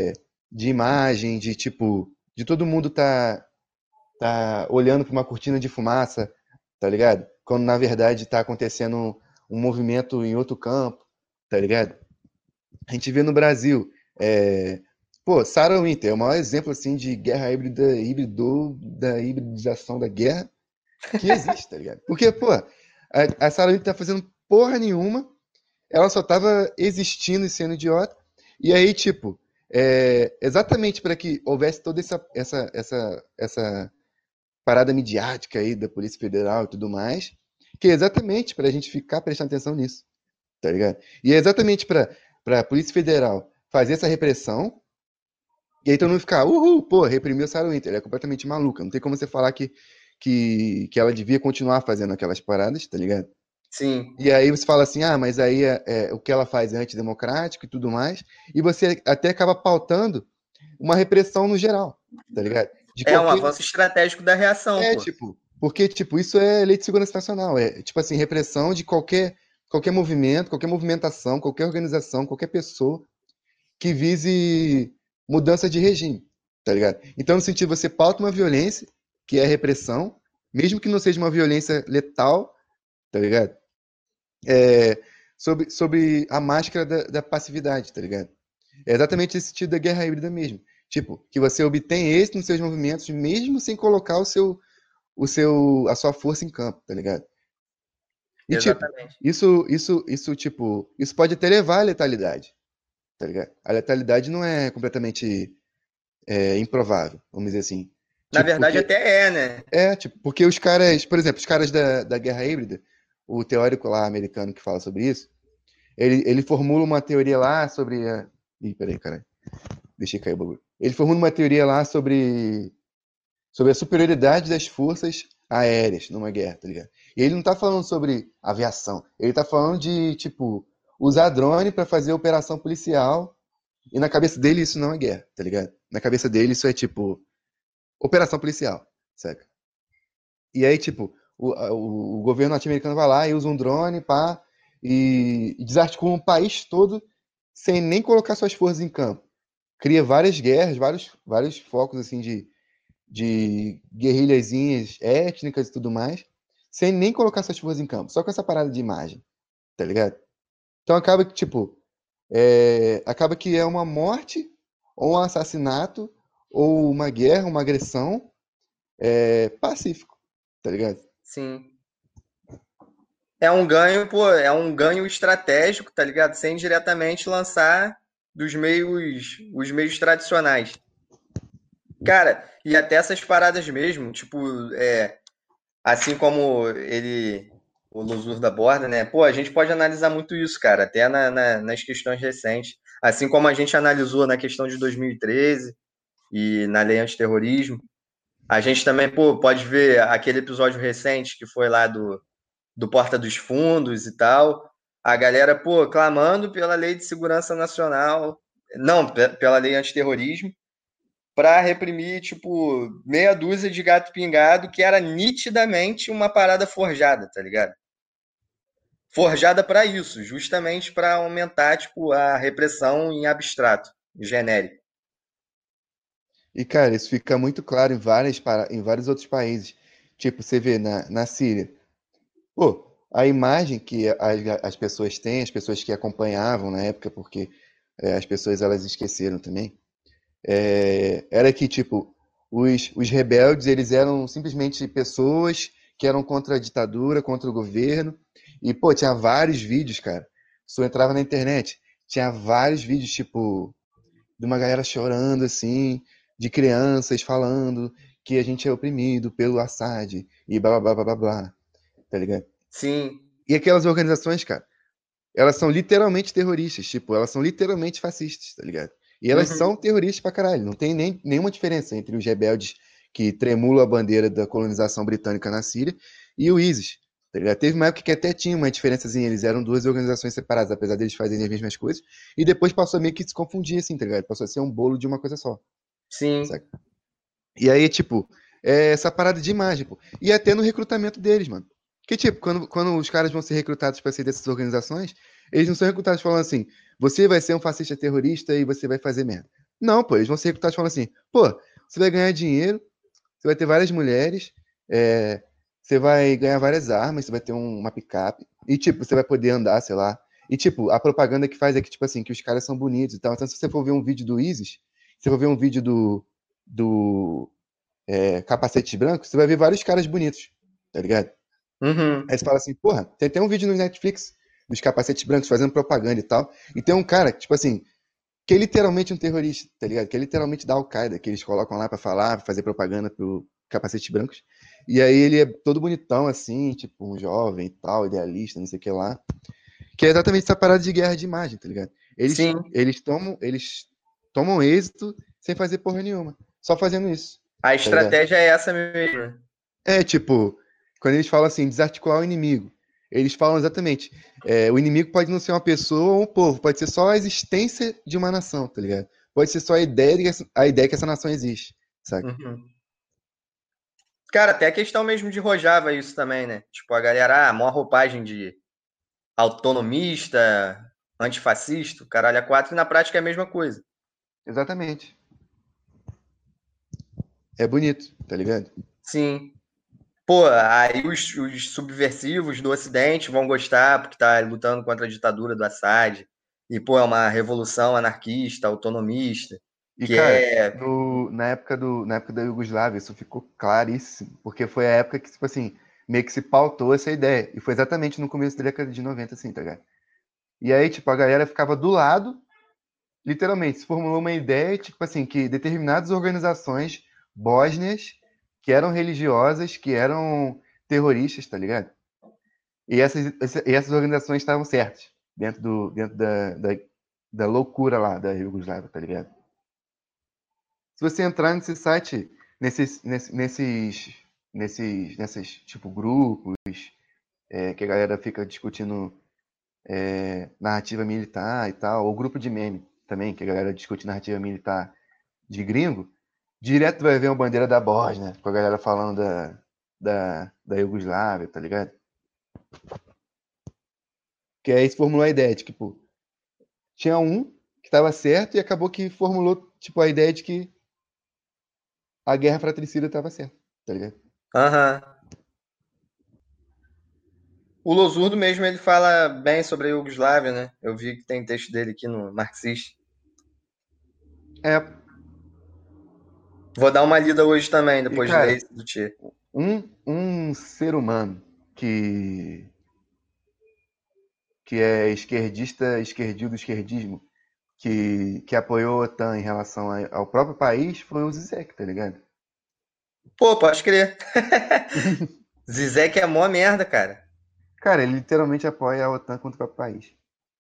de imagem, de tipo, de todo mundo tá olhando para uma cortina de fumaça, tá ligado? Quando na verdade tá acontecendo um movimento em outro campo, tá ligado? A gente vê no Brasil, pô, Sarah Winter é o maior exemplo assim de guerra híbrida, da hibridização da guerra que existe, tá ligado? Porque, pô, a Sarah Winter tá fazendo porra nenhuma, ela só tava existindo e sendo idiota, e aí, tipo, exatamente para que houvesse toda essa parada midiática aí da Polícia Federal e tudo mais, que é exatamente para a gente ficar prestando atenção nisso, tá ligado? E é exatamente para a Polícia Federal fazer essa repressão, e aí todo mundo ficar, uhul, pô, reprimiu Sarah Winter, ela é completamente maluca, não tem como você falar que ela devia continuar fazendo aquelas paradas, tá ligado? Sim, E aí você fala assim, ah, mas aí o que ela faz é antidemocrático e tudo mais, e você até acaba pautando uma repressão no geral, tá ligado? De é um qualquer. avanço estratégico da reação, pô. Tipo, porque, tipo, isso é lei de segurança nacional, tipo assim, repressão de qualquer movimento, qualquer movimentação, qualquer organização, qualquer pessoa que vise mudança de regime, tá ligado? Então, no sentido, você pauta uma violência, que é a repressão, mesmo que não seja uma violência letal, tá ligado? Sobre a máscara da passividade, tá ligado? É exatamente esse sentido da guerra híbrida mesmo. Tipo, que você obtém êxito nos seus movimentos, mesmo sem colocar a sua força em campo, tá ligado? E tipo, Exatamente. isso pode até levar à letalidade, tá ligado? A letalidade não é completamente improvável, vamos dizer assim. Na Tipo, verdade, porque até é, né? porque os caras, por exemplo, os caras da guerra híbrida, o teórico lá americano que fala sobre isso, ele formula uma teoria lá sobre Ih, peraí, cara, deixei cair o bagulho. Ele formula uma teoria lá sobre a superioridade das forças aéreas numa guerra, tá ligado? E ele não tá falando sobre aviação, ele tá falando de, tipo, usar drone para fazer operação policial, e na cabeça dele isso não é guerra, tá ligado? Na cabeça dele isso é, tipo, operação policial, saca? E aí, tipo, o governo norte-americano vai lá e usa um drone, pá, e desarticula um país todo sem nem colocar suas forças em campo. Cria várias guerras, vários focos, assim, de guerrilhazinhas étnicas e tudo mais, sem nem colocar suas forças em campo, só com essa parada de imagem, tá ligado? Então acaba que, tipo, acaba que é uma morte, ou um assassinato, ou uma guerra, uma agressão pacífico, tá ligado? Sim. É um ganho, pô, é um ganho estratégico, tá ligado? Sem diretamente lançar os meios tradicionais. Cara, e até essas paradas mesmo, tipo, assim como o Luzur da Borda, né? Pô, a gente pode analisar muito isso, cara, até nas questões recentes. Assim como a gente analisou na questão de 2013 e na lei antiterrorismo. A gente também, pô, pode ver aquele episódio recente que foi lá do Porta dos Fundos e tal. A galera, pô, clamando pela lei de segurança nacional, não, pela lei antiterrorismo, para reprimir, tipo, meia dúzia de gato pingado que era nitidamente uma parada forjada, tá ligado? Forjada para isso, justamente para aumentar, tipo, a repressão em abstrato, genérico. E, cara, isso fica muito claro em vários outros países. Tipo, você vê na Síria. Pô, a imagem que as pessoas têm, as pessoas que acompanhavam na época, porque as pessoas elas esqueceram também, era que, tipo, os rebeldes, eles eram simplesmente pessoas que eram contra a ditadura, contra o governo. E, pô, tinha vários vídeos, cara. Se eu entrava na internet, tinha vários vídeos, tipo, de uma galera chorando, assim, de crianças falando que a gente é oprimido pelo Assad e blá blá blá blá blá, tá ligado? Sim. E aquelas organizações, cara, elas são literalmente terroristas, tipo, elas são literalmente fascistas, tá ligado? E elas Uhum. são terroristas pra caralho, não tem nenhuma diferença entre os rebeldes que tremulam a bandeira da colonização britânica na Síria e o ISIS, tá ligado? Teve uma época que até tinha uma diferençazinha, eles eram duas organizações separadas, apesar deles fazerem as mesmas coisas, e depois passou a meio que se confundir, assim, tá ligado? Passou a ser um bolo de uma coisa só, Sim. saca? E aí, tipo, essa parada de imagem, pô. E até no recrutamento deles, mano. Que, tipo, quando os caras vão ser recrutados pra ser dessas organizações, eles não são recrutados falando assim, você vai ser um fascista terrorista e você vai fazer merda. Não, pô, eles vão ser recrutados falando assim, pô, você vai ganhar dinheiro, você vai ter várias mulheres, você vai ganhar várias armas, você vai ter uma picape, e, tipo, você vai poder andar, sei lá. E, tipo, a propaganda que faz é que, tipo assim, que os caras são bonitos e tal. Então, se você for ver um vídeo do Isis, se você for ver um vídeo do Capacetes Brancos, você vai ver vários caras bonitos, tá ligado? Uhum. Aí você fala assim, porra, tem até um vídeo no Netflix dos Capacetes Brancos fazendo propaganda e tal. E tem um cara, tipo assim, que é literalmente um terrorista, tá ligado? Que é literalmente da Al-Qaeda, que eles colocam lá pra falar, pra fazer propaganda pro Capacetes Brancos. E aí ele é todo bonitão, assim, tipo, um jovem e tal, idealista, não sei o que lá. Que é exatamente essa parada de guerra de imagem, tá ligado? Eles, Sim. eles tomam êxito sem fazer porra nenhuma. Só fazendo isso, A tá ligado? estratégia é essa mesmo, né? É, tipo, quando eles falam assim, desarticular o inimigo, eles falam exatamente, o inimigo pode não ser uma pessoa ou um povo, pode ser só a existência de uma nação, tá ligado? Pode ser só a ideia que essa nação existe, sabe? Uhum. Cara, até a questão mesmo de Rojava isso também, né? Tipo, a galera, maior roupagem de autonomista, antifascista, o caralho a quatro, e na prática é a mesma coisa. Exatamente. É bonito, tá ligado? Sim. Pô, aí os subversivos do Ocidente vão gostar porque tá lutando contra a ditadura do Assad. E, pô, é uma revolução anarquista, autonomista, E, que cara, é. na época da Iugoslávia, isso ficou claríssimo, porque foi a época que, tipo assim, meio que se pautou essa ideia. E foi exatamente no começo da década de 90, assim, tá ligado? E aí, tipo, a galera ficava do lado, literalmente, se formulou uma ideia, tipo assim, que determinadas organizações bósnias, que eram religiosas, que eram terroristas, tá ligado? E essas organizações estavam certas, dentro da loucura lá da Iugoslávia, tá ligado? Se você entrar nesse site, nesses tipo, grupos, que a galera fica discutindo narrativa militar e tal, ou grupo de meme também, que a galera discute narrativa militar de gringo, direto vai ver uma bandeira da Bósnia, com a galera falando da Iugoslávia, tá ligado? Que aí se formulou a ideia de que, pô, tinha um que estava certo e acabou que formulou, tipo, a ideia de que a guerra fratricida estava certa, tá ligado? Aham. O Losurdo mesmo, ele fala bem sobre a Iugoslávia, né? Eu vi que tem texto dele aqui no Marxista. É, Vou dar uma lida hoje também, e depois de ler cara, esse do Tchê. um ser humano que é esquerdista, esquerdio do esquerdismo, que apoiou a OTAN em relação ao próprio país foi o Zizek, tá ligado? Pô, pode crer. Zizek é mó merda, cara. Cara, ele literalmente apoia a OTAN contra o próprio país.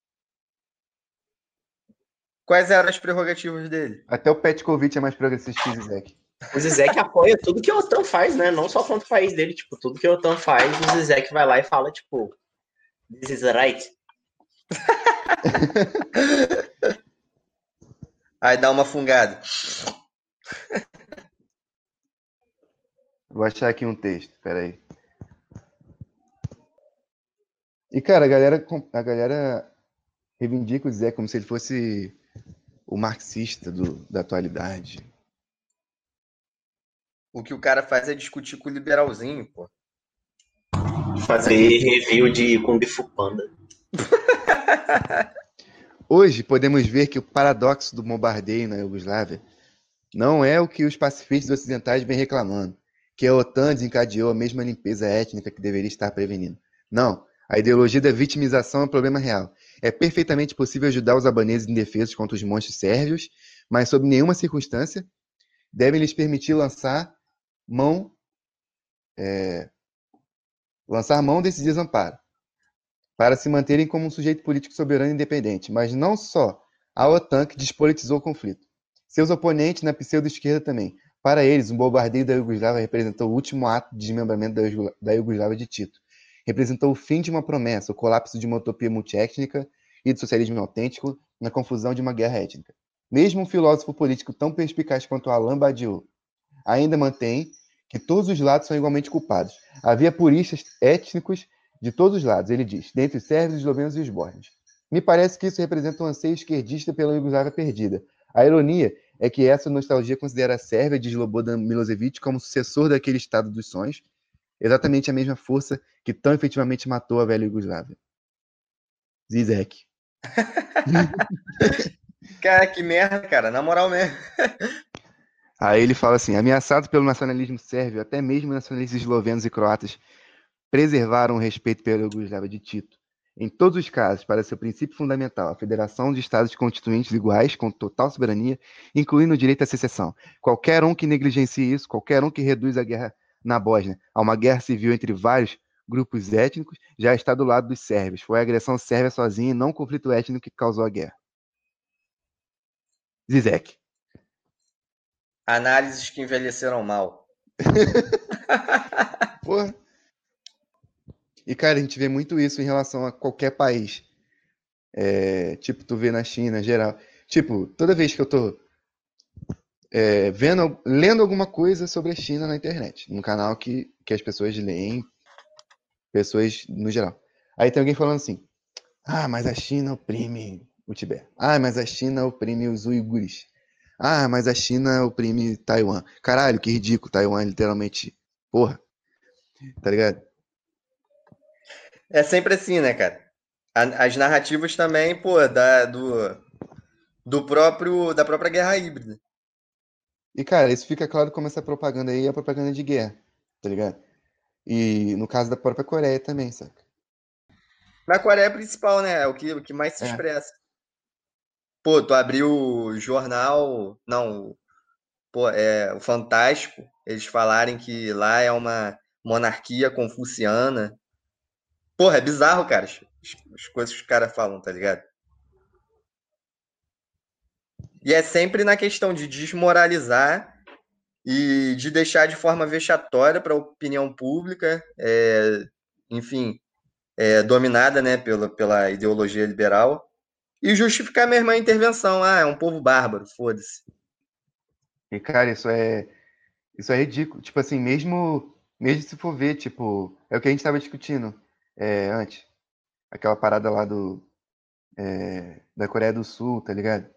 Quais eram as prerrogativas dele? Até o Petkovic é mais progressista que o Zizek. O Zizek apoia tudo que a OTAN faz, né? Não só contra o país dele, tipo, tudo que a OTAN faz, o Zizek vai lá e fala, tipo, this is right. Aí dá uma fungada. Vou achar aqui um texto, peraí. E, cara, a galera reivindica o Zizek como se ele fosse o marxista da atualidade. O que o cara faz é discutir com o liberalzinho, pô. Fazer review de Kung Fu Panda. Hoje podemos ver que o paradoxo do bombardeio na Iugoslávia não é o que os pacifistas ocidentais vêm reclamando, que a OTAN desencadeou a mesma limpeza étnica que deveria estar prevenindo. Não, a ideologia da vitimização é um problema real. É perfeitamente possível ajudar os albaneses indefesos contra os monstros sérvios, mas sob nenhuma circunstância devem lhes permitir mão, lançar mão desse desamparo, para se manterem como um sujeito político soberano e independente, mas não só a OTAN que despolitizou o conflito. Seus oponentes na pseudo-esquerda também. Para eles, o bombardeio da Iugoslávia representou o último ato de desmembramento da Iugoslávia de Tito. Representou o fim de uma promessa, o colapso de uma utopia multiétnica e do socialismo autêntico na confusão de uma guerra étnica. Mesmo um filósofo político tão perspicaz quanto Alain Badiou ainda mantém que todos os lados são igualmente culpados. Havia puristas étnicos de todos os lados, ele diz, dentre os sérvios, os eslovenos e os bósnios. Me parece que isso representa um anseio esquerdista pela Iugoslávia perdida. A ironia é que essa nostalgia considera a Sérvia de Slobodan Milosevic como sucessor daquele estado dos sonhos, exatamente a mesma força que tão efetivamente matou a velha Iugoslávia. Zizek. Cara, que merda, cara, na moral mesmo. Aí ele fala assim: ameaçado pelo nacionalismo sérvio, até mesmo nacionalistas eslovenos e croatas preservaram o respeito pela Iugoslávia de Tito. Em todos os casos, para seu princípio fundamental, a federação de Estados constituintes iguais, com total soberania, incluindo o direito à secessão. Qualquer um que negligencie isso, qualquer um que reduz a guerra na Bósnia a uma guerra civil entre vários grupos étnicos, já está do lado dos sérvios. Foi a agressão sérvia sozinha e não o conflito étnico que causou a guerra. Zizek. Análises que envelheceram mal. Porra. E, cara, a gente vê muito isso em relação a qualquer país. Tipo, tu vê na China, geral. Tipo, toda vez que eu tô lendo alguma coisa sobre a China na internet, num canal que as pessoas leem, pessoas no geral. Aí tem alguém falando assim: ah, mas a China oprime o Tibete. Ah, mas a China oprime os uigures. Ah, mas a China oprime Taiwan. Caralho, que ridículo. Taiwan é literalmente. Porra, tá ligado? É sempre assim, né, cara? As narrativas também, pô, da própria guerra híbrida. E, cara, isso fica claro como essa propaganda aí é propaganda de guerra, tá ligado? E no caso da própria Coreia também, saca? Na Coreia principal, né? É o que mais se É. expressa. Pô, tu abriu o jornal. Não, pô, o Fantástico. Eles falarem que lá é uma monarquia confuciana. Porra, é bizarro, cara. As coisas que os caras falam, tá ligado? E é sempre na questão de desmoralizar e de deixar de forma vexatória para a opinião pública, enfim, dominada, né, pela ideologia liberal, e justificar mesmo a intervenção. Ah, é um povo bárbaro, foda-se. E, cara, isso é ridículo. Tipo assim, mesmo se for ver, tipo, é o que a gente tava discutindo antes. Aquela parada lá da Coreia do Sul, tá ligado?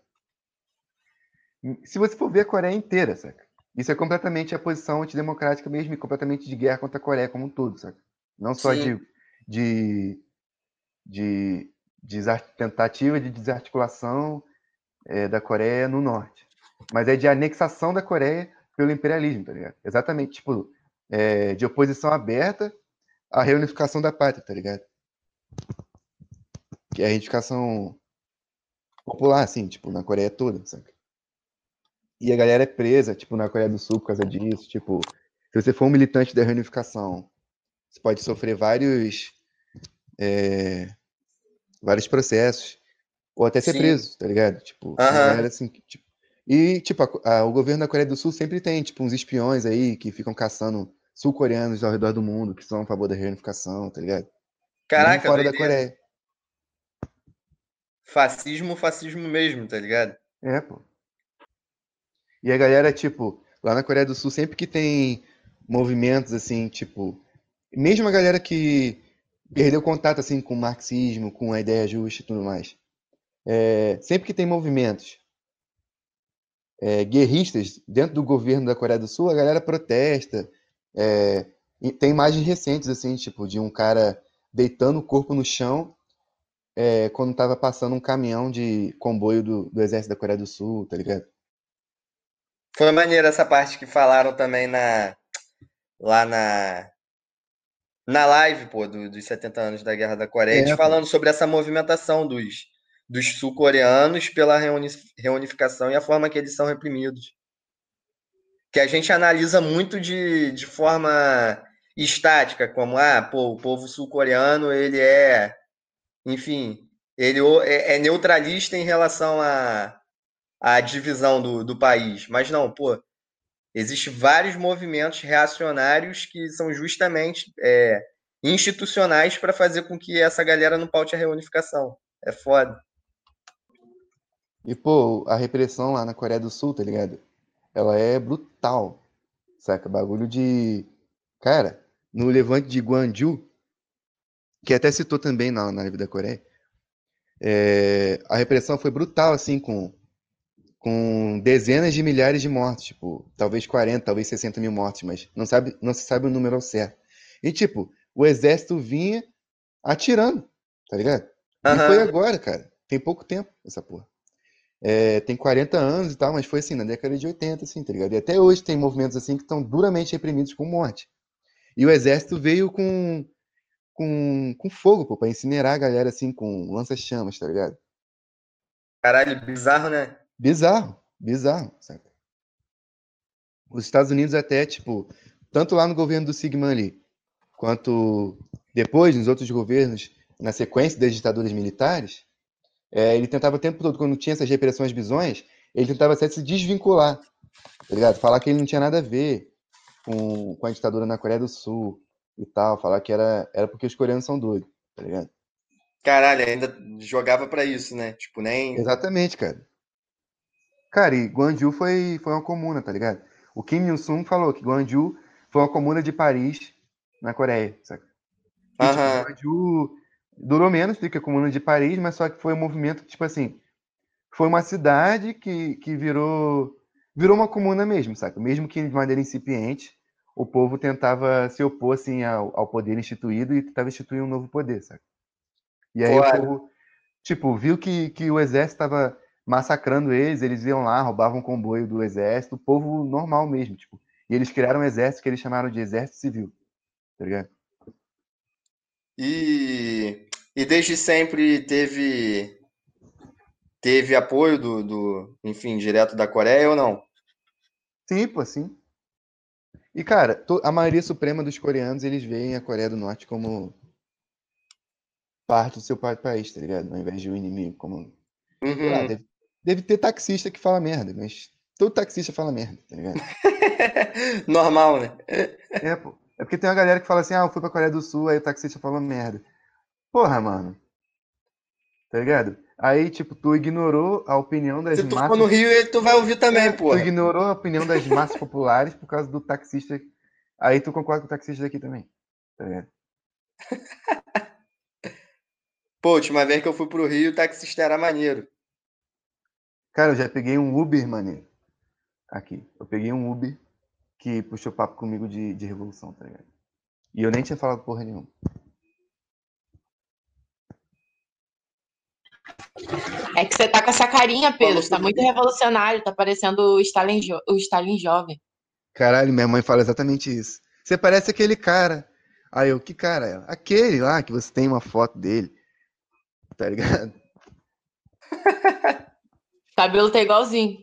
Se você for ver a Coreia inteira, saca? Isso é completamente a posição antidemocrática mesmo e completamente de guerra contra a Coreia como um todo, saca? Não só Sim, de, de tentativa de desarticulação da Coreia no norte, mas é de anexação da Coreia pelo imperialismo, tá ligado? Exatamente, tipo, de oposição aberta à reunificação da pátria, tá ligado? Que é a reunificação popular, assim, tipo, na Coreia toda, saca? E a galera é presa, tipo, na Coreia do Sul por causa disso, tipo, se você for um militante da reunificação, você pode sofrer vários processos, ou até ser sim. preso, tá ligado? Tipo, tem uma galera Aham. assim, tipo, e, tipo, o governo da Coreia do Sul sempre tem, tipo, uns espiões aí que ficam caçando sul-coreanos ao redor do mundo que são a favor da reunificação, tá ligado? Mesmo Caraca, fora da doideira. Coreia. Fascismo, fascismo mesmo, tá ligado? É, pô. E a galera, tipo, lá na Coreia do Sul, sempre que tem movimentos, assim, tipo, mesmo a galera que perdeu contato, assim, com o marxismo, com a ideia justa e tudo mais, sempre que tem movimentos guerristas dentro do governo da Coreia do Sul, a galera protesta. E tem imagens recentes, assim, tipo, de um cara deitando o corpo no chão quando tava passando um caminhão de comboio do exército da Coreia do Sul, tá ligado? Foi maneiro essa parte que falaram também lá na live, pô, dos 70 anos da Guerra da Coreia, eles Pô. falando sobre essa movimentação dos sul-coreanos pela reunificação e a forma que eles são reprimidos. Que a gente analisa muito de forma estática, como, pô, o povo sul-coreano, enfim, ele é neutralista em relação à divisão do país. Mas não, pô, existem vários movimentos reacionários que são justamente institucionais para fazer com que essa galera não paute a reunificação. É foda. E, pô, a repressão lá na Coreia do Sul, tá ligado? Ela é brutal, saca? Bagulho de. Cara, no levante de Gwangju, que até citou também na live da Coreia, a repressão foi brutal, assim, com com dezenas de milhares de mortos, tipo, talvez 40, talvez 60 mil mortos, mas não se sabe o número ao certo. E, tipo, o exército vinha atirando, tá ligado? E foi Aham. agora, cara. Tem pouco tempo essa porra. Tem 40 anos e tal, mas foi assim, na década de 80, assim, tá ligado? E até hoje tem movimentos assim que estão duramente reprimidos com morte. E o exército veio com fogo, pô, pra incinerar a galera, assim, com lança-chamas, tá ligado? Caralho, bizarro, né? Bizarro, bizarro, sabe? Os Estados Unidos até, tipo, tanto lá no governo do Sigma ali, quanto depois, nos outros governos, na sequência das ditaduras militares, ele tentava o tempo todo, quando tinha essas repressões bizonhas, ele tentava até se desvincular, tá ligado? Falar que ele não tinha nada a ver com a ditadura na Coreia do Sul e tal, falar que era porque os coreanos são doidos, tá ligado? Caralho, ainda jogava pra isso, né? Tipo, nem. Exatamente, cara. Cara, e Gwangju foi uma comuna, tá ligado? O Kim Il-sung falou que Gwangju foi uma comuna de Paris, na Coreia, saca? E, tipo, Aham. Gwangju durou menos do que a comuna de Paris, mas só que foi um movimento, tipo assim, foi uma cidade que virou uma comuna mesmo, saca? Mesmo que de maneira incipiente, o povo tentava se opor, assim, ao poder instituído e tentava instituir um novo poder, saca? E aí o Foda. povo, tipo, viu que o exército estava massacrando eles, eles iam lá, roubavam o comboio do exército, o povo normal mesmo, tipo. E eles criaram um exército que eles chamaram de exército civil, tá ligado? E desde sempre teve apoio enfim, direto da Coreia ou não? Sim, pô, sim. E, cara, a maioria suprema dos coreanos, eles veem a Coreia do Norte como parte do seu país, tá ligado? Ao invés de um inimigo, como... Sei lá, Uhum. deve ter taxista que fala merda, mas todo taxista fala merda, tá ligado? Normal, né? É, pô. É porque tem uma galera que fala assim, ah, eu fui pra Coreia do Sul, aí o taxista fala merda. Porra, mano, tá ligado? Aí, tipo, tu ignorou a opinião das Se tu for no massas. Rio, tu vai ouvir também, Tu porra. ignorou a opinião das massas populares por causa do taxista. Aí tu concorda com o taxista daqui também, tá ligado? Pô, última vez que eu fui pro Rio, o taxista era maneiro. Cara, eu já peguei um Uber, mano, aqui. Eu peguei um Uber que puxou papo comigo de revolução, tá ligado? E eu nem tinha falado porra nenhuma. É que você tá com essa carinha, Pedro. Falou Você tá muito sobre. revolucionário. Tá parecendo o Stalin jovem. Caralho, minha mãe fala exatamente isso. Você parece aquele cara. Aí eu, que cara? Ela, aquele lá que você tem uma foto dele, tá ligado? O cabelo tá igualzinho.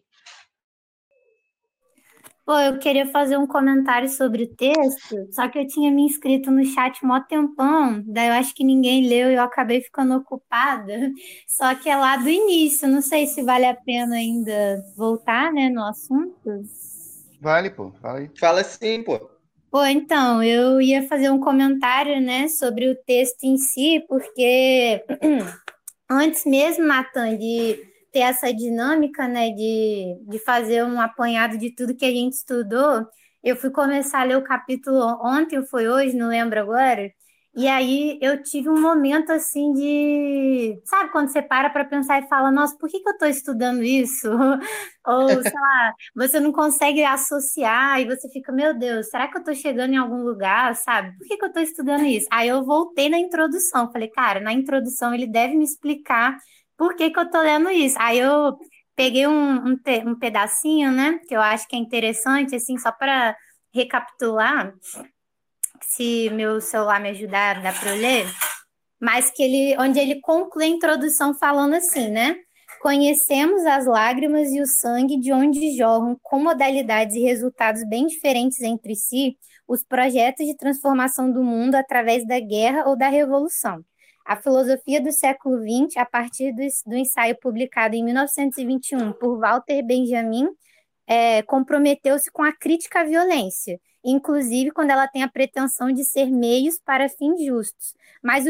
Pô, eu queria fazer um comentário sobre o texto, só que eu tinha me inscrito no chat mó tempão, daí eu acho que ninguém leu e eu acabei ficando ocupada. Só que é lá do início, não sei se vale a pena ainda voltar, né, no assunto. Vale, pô, fala aí. Fala assim, pô. Pô, então, eu ia fazer um comentário, né, sobre o texto em si, porque antes mesmo, Natan, de ter essa dinâmica, né, de fazer um apanhado de tudo que a gente estudou, eu fui começar a ler o capítulo ontem ou foi hoje, não lembro agora, e aí eu tive um momento assim de, sabe, quando você para pensar e fala, nossa, por que que eu estou estudando isso? Ou, sei lá, você não consegue associar e você fica, meu Deus, será que eu estou chegando em algum lugar, sabe? Por que que eu estou estudando isso? Aí eu voltei na introdução, falei, cara, na introdução ele deve me explicar por que que eu estou lendo isso. Aí eu peguei um pedacinho, né, que eu acho que é interessante, assim, só para recapitular, se meu celular me ajudar, dá para eu ler, mas que onde ele conclui a introdução falando assim, né? Conhecemos as lágrimas e o sangue de onde jorram, com modalidades e resultados bem diferentes entre si, os projetos de transformação do mundo através da guerra ou da revolução. A filosofia do século XX, a partir do ensaio publicado em 1921 por Walter Benjamin, comprometeu-se com a crítica à violência, inclusive quando ela tem a pretensão de ser meios para fins justos. Mas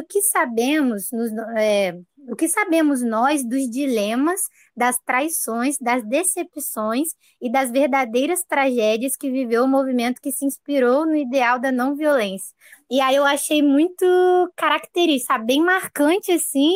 o que sabemos nós dos dilemas, das traições, das decepções e das verdadeiras tragédias que viveu o movimento que se inspirou no ideal da não violência? E aí eu achei muito característico, sabe? Bem marcante assim,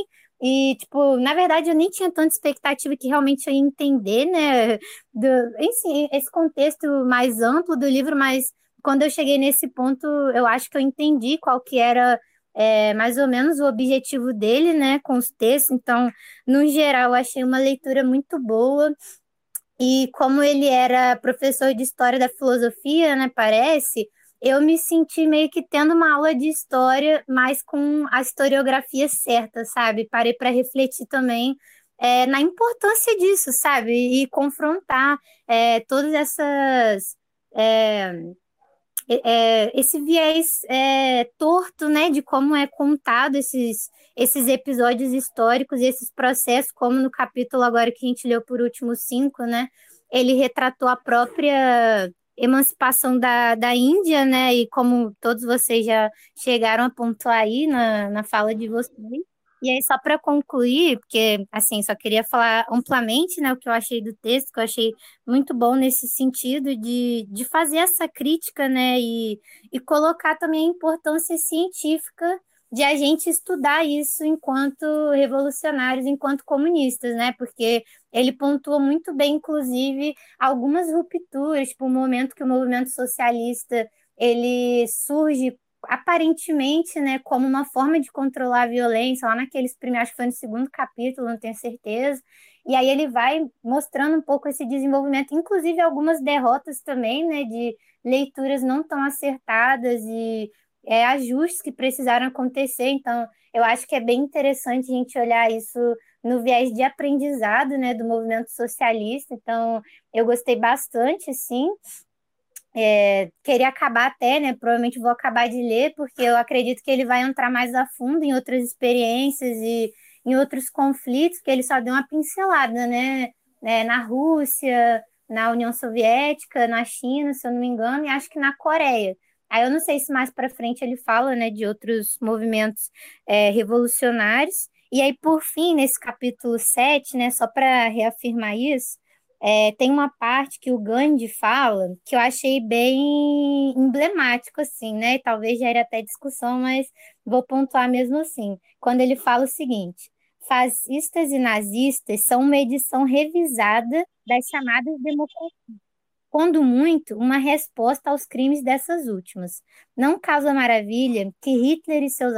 E, tipo, na verdade, eu nem tinha tanta expectativa que realmente eu ia entender, né, enfim, esse contexto mais amplo do livro, mas quando eu cheguei nesse ponto, eu acho que eu entendi qual que era mais ou menos o objetivo dele, né, com os textos. Então, no geral, eu achei uma leitura muito boa. E como ele era professor de história da filosofia, né, parece, eu me senti meio que tendo uma aula de história, mas com a historiografia certa, sabe? Parei para refletir também na importância disso, sabe? E confrontar todas essas. é, esse viés torto, né, de como é contado esses episódios históricos e esses processos, como no capítulo agora que a gente leu por último 5, né, ele retratou a própria emancipação da Índia, né, e como todos vocês já chegaram a pontuar aí na fala de vocês. E aí, só para concluir, porque, assim, só queria falar amplamente, né, o que eu achei do texto, que eu achei muito bom nesse sentido de fazer essa crítica, né, e colocar também a importância científica de a gente estudar isso enquanto revolucionários, enquanto comunistas, né, porque ele pontua muito bem, inclusive, algumas rupturas, tipo, o momento que o movimento socialista ele surge aparentemente, né, como uma forma de controlar a violência, lá naqueles primeiros, acho que foi no segundo capítulo, não tenho certeza, e aí ele vai mostrando um pouco esse desenvolvimento, inclusive algumas derrotas também, né, de leituras não tão acertadas e ajustes que precisaram acontecer. Então, eu acho que é bem interessante a gente olhar isso no viés de aprendizado, né, do movimento socialista. Então, eu gostei bastante, sim. Queria acabar até, né? Provavelmente vou acabar de ler, porque eu acredito que ele vai entrar mais a fundo em outras experiências e em outros conflitos, que ele só deu uma pincelada, né? Na Rússia, na União Soviética, na China, se eu não me engano, e acho que na Coreia. Aí eu não sei se mais para frente ele fala, né, de outros movimentos revolucionários. E aí, por fim, nesse capítulo 7, né, só para reafirmar isso, tem uma parte que o Gandhi fala que eu achei bem emblemático, assim, né? Talvez gere até discussão, mas vou pontuar mesmo assim. Quando ele fala o seguinte: fascistas e nazistas são uma edição revisada das chamadas democracias, quando muito, uma resposta aos crimes dessas últimas. Não causa maravilha que Hitler e seus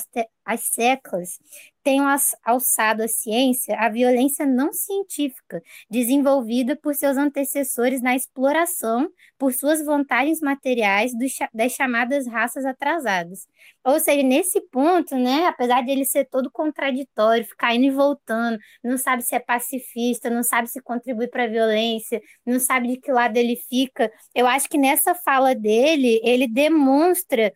asseclas tenham alçado à ciência a violência não científica desenvolvida por seus antecessores na exploração por suas vantagens materiais das chamadas raças atrasadas. Ou seja, nesse ponto, né, apesar de ele ser todo contraditório, ficar indo e voltando, não sabe se é pacifista, não sabe se contribui para a violência, não sabe de que lado ele fica. Eu acho que nessa fala dele, ele demonstra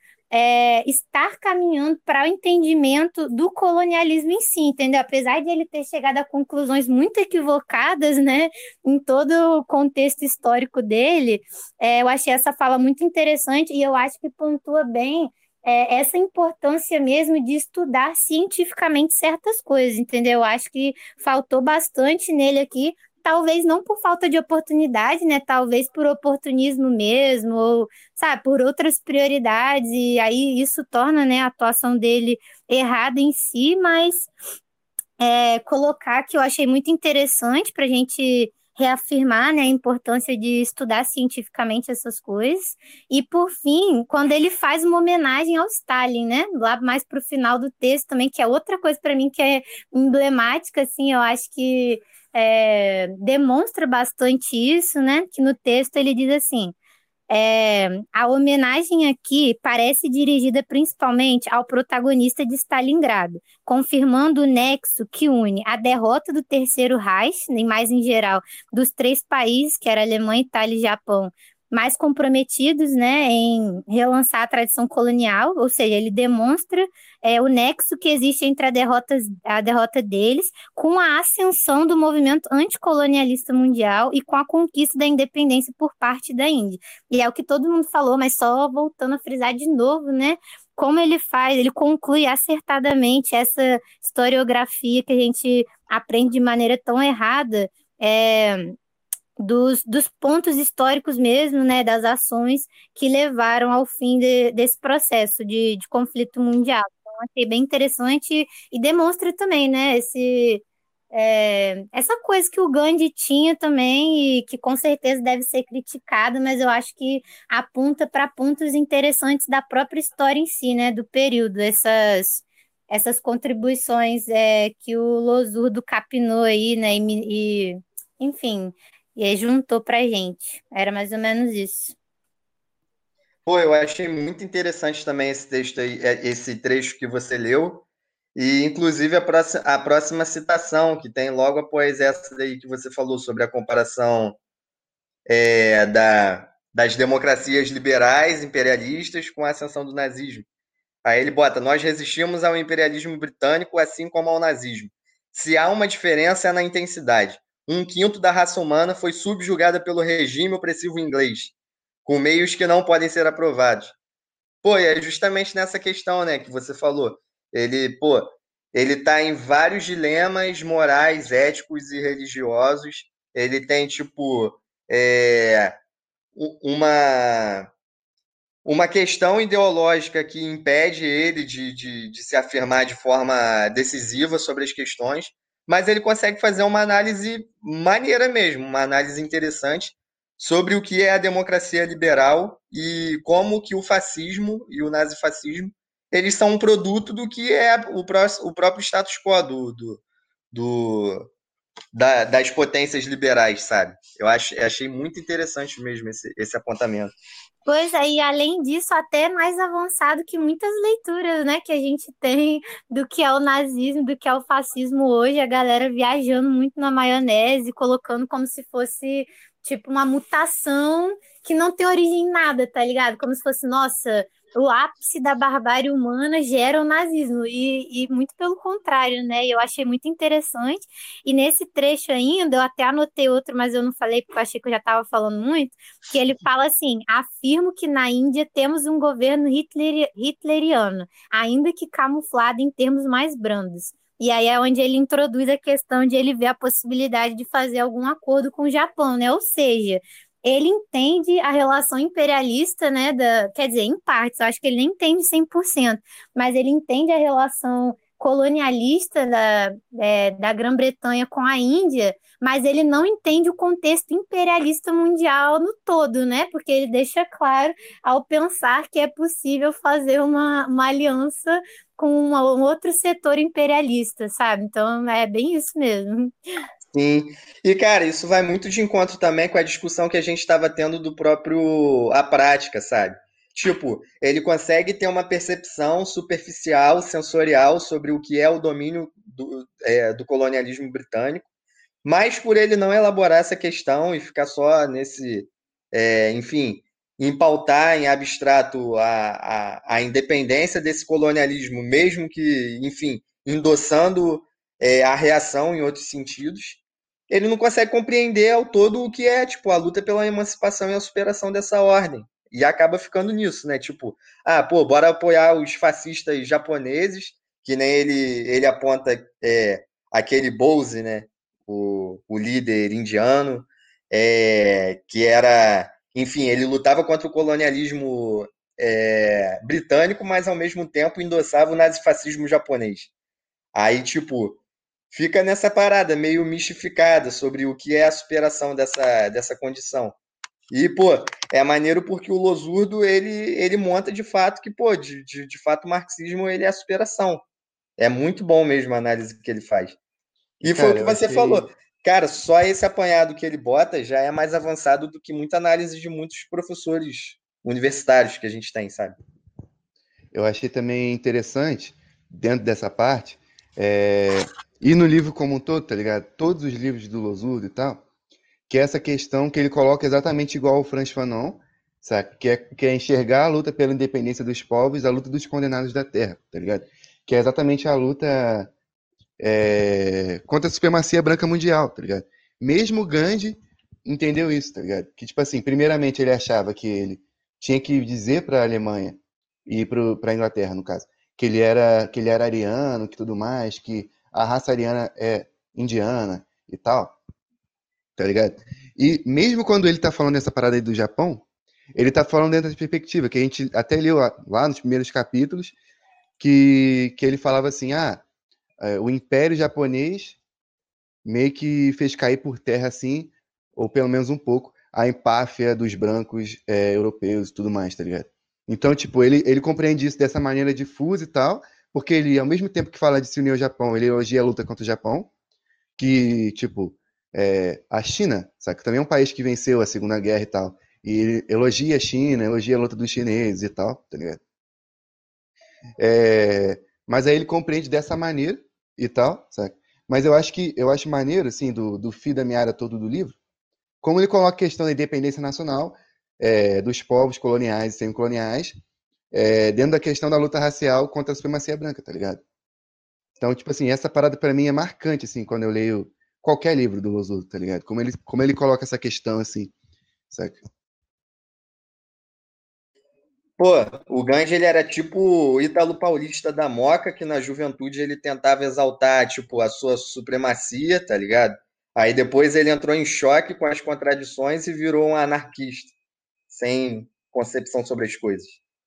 estar caminhando para o entendimento do colonialismo em si, entendeu? Apesar de ele ter chegado a conclusões muito equivocadas, né, em todo o contexto histórico dele, eu achei essa fala muito interessante e eu acho que pontua bem essa importância mesmo de estudar cientificamente certas coisas, entendeu? Eu acho que faltou bastante nele aqui, talvez não por falta de oportunidade, né? Talvez por oportunismo mesmo, ou, sabe, por outras prioridades, e aí isso torna, né, a atuação dele errada em si, mas colocar que eu achei muito interessante para a gente reafirmar, né, a importância de estudar cientificamente essas coisas. E, por fim, quando ele faz uma homenagem ao Stalin, né, lá mais para o final do texto também, que é outra coisa para mim que é emblemática, assim, eu acho que demonstra bastante isso, né, que no texto ele diz assim: a homenagem aqui parece dirigida principalmente ao protagonista de Stalingrado, confirmando o nexo que une a derrota do Terceiro Reich, nem mais em geral, dos três países, que era Alemanha, Itália e Japão, mais comprometidos, né, em relançar a tradição colonial, ou seja, ele demonstra o nexo que existe entre a derrota deles com a ascensão do movimento anticolonialista mundial e com a conquista da independência por parte da Índia. E é o que todo mundo falou, mas só voltando a frisar de novo, né? Como ele faz, ele conclui acertadamente essa historiografia que a gente aprende de maneira tão errada, dos pontos históricos mesmo, né? Das ações que levaram ao fim desse processo de conflito mundial. Achei bem interessante e demonstra também, né, essa coisa que o Gandhi tinha também e que com certeza deve ser criticada, mas eu acho que aponta para pontos interessantes da própria história em si, né, do período, essas contribuições que o Losurdo capinou aí, né, enfim, juntou pra gente. Era mais ou menos isso. Pô, eu achei muito interessante também esse texto aí, esse trecho que você leu, e inclusive a próxima citação, que tem logo após essa daí que você falou sobre a comparação das democracias liberais, imperialistas, com a ascensão do nazismo. Aí ele bota: nós resistimos ao imperialismo britânico, assim como ao nazismo. Se há uma diferença, é na intensidade. Um quinto da raça humana foi subjugada pelo regime opressivo inglês, com meios que não podem ser aprovados. Pô, e é justamente nessa questão, né, que você falou. Ele tá em vários dilemas morais, éticos e religiosos. Ele tem, tipo, é, uma questão ideológica que impede ele de se afirmar de forma decisiva sobre as questões, mas ele consegue fazer uma análise maneira mesmo, uma análise interessante sobre o que é a democracia liberal e como que o fascismo e o nazifascismo eles são um produto do que é o próprio status quo do, das potências liberais, sabe? Achei muito interessante mesmo esse apontamento. Pois é, e além disso, até mais avançado que muitas leituras, né, que a gente tem do que é o nazismo, do que é o fascismo hoje, a galera viajando muito na maionese, colocando como se fosse, tipo, uma mutação que não tem origem em nada, tá ligado? Como se fosse, nossa, o ápice da barbárie humana gera o nazismo, e muito pelo contrário, né? E eu achei muito interessante, e nesse trecho ainda, eu até anotei outro, mas eu não falei porque eu achei que eu já estava falando muito, que ele fala assim: afirmo que na Índia temos um governo hitleriano, ainda que camuflado em termos mais brandos. E aí é onde ele introduz a questão de ele ver a possibilidade de fazer algum acordo com o Japão, né? Ou seja, ele entende a relação imperialista, né? Quer dizer, em partes, eu acho que ele nem entende 100%, mas ele entende a relação colonialista da Grã-Bretanha com a Índia, mas ele não entende o contexto imperialista mundial no todo, né? Porque ele deixa claro ao pensar que é possível fazer uma aliança com um outro setor imperialista, sabe? Então é bem isso mesmo. Sim. E, cara, isso vai muito de encontro também com a discussão que a gente estava tendo do próprio a prática, sabe? Tipo, ele consegue ter uma percepção superficial, sensorial sobre o que é o domínio do colonialismo britânico, mas por ele não elaborar essa questão e ficar só enfim, em pautar em abstrato a independência desse colonialismo, mesmo que, enfim, endossando a reação em outros sentidos, ele não consegue compreender ao todo o que é, tipo, a luta pela emancipação e a superação dessa ordem. E acaba ficando nisso, né? Tipo, pô, bora apoiar os fascistas japoneses, que nem ele aponta aquele Bose, né? O líder indiano, que era, enfim, ele lutava contra o colonialismo britânico, mas ao mesmo tempo endossava o nazifascismo japonês. Aí, tipo, fica nessa parada meio mistificada sobre o que é a superação dessa condição. E, pô, é maneiro porque o Losurdo, ele monta de fato que, pô, de fato o marxismo ele é a superação. É muito bom mesmo a análise que ele faz. E, E foi o cara, que eu você falou. achei. Cara, só esse apanhado que ele bota já é mais avançado do que muita análise de muitos professores universitários que a gente tem, sabe? Eu achei também interessante, dentro dessa parte, e no livro como um todo, tá ligado? Todos os livros do Losurdo e tal, que é essa questão que ele coloca exatamente igual ao Frantz Fanon, sabe? Que é enxergar a luta pela independência dos povos, a luta dos condenados da terra, tá ligado? Que é exatamente a luta contra a supremacia branca mundial, tá ligado? Mesmo Gandhi entendeu isso, tá ligado? Que, tipo assim, primeiramente ele achava que ele tinha que dizer para a Alemanha e para a Inglaterra, no caso, que ele era ariano, que tudo mais, que a raça ariana é indiana e tal, tá ligado? E mesmo quando ele tá falando essa parada aí do Japão, ele tá falando dentro da perspectiva que a gente até leu lá nos primeiros capítulos, que ele falava assim, o Império Japonês meio que fez cair por terra, assim, ou pelo menos um pouco, a empáfia dos brancos europeus e tudo mais, tá ligado? Então, tipo, ele compreende isso dessa maneira difusa e tal, porque ele, ao mesmo tempo que fala de se unir ao Japão, ele elogia a luta contra o Japão, que, tipo, a China, sabe, também é um país que venceu a Segunda Guerra e tal, e ele elogia a China, elogia a luta dos chineses e tal, tá ligado? Mas aí ele compreende dessa maneira e tal, sabe? Mas eu acho maneiro, assim, do fio da meada todo do livro, como ele coloca a questão da independência nacional, dos povos coloniais e semi-coloniais, dentro da questão da luta racial contra a supremacia branca, tá ligado? Então, tipo assim, essa parada pra mim é marcante, assim, quando eu leio qualquer livro do Lozoso, tá ligado? Como ele coloca essa questão, assim, saca? Pô, o Gandhi, ele era tipo o Ítalo Paulista da Moca, que na juventude ele tentava exaltar, tipo, a sua supremacia, tá ligado? Aí depois ele entrou em choque com as contradições e virou um anarquista, sem concepção sobre as coisas.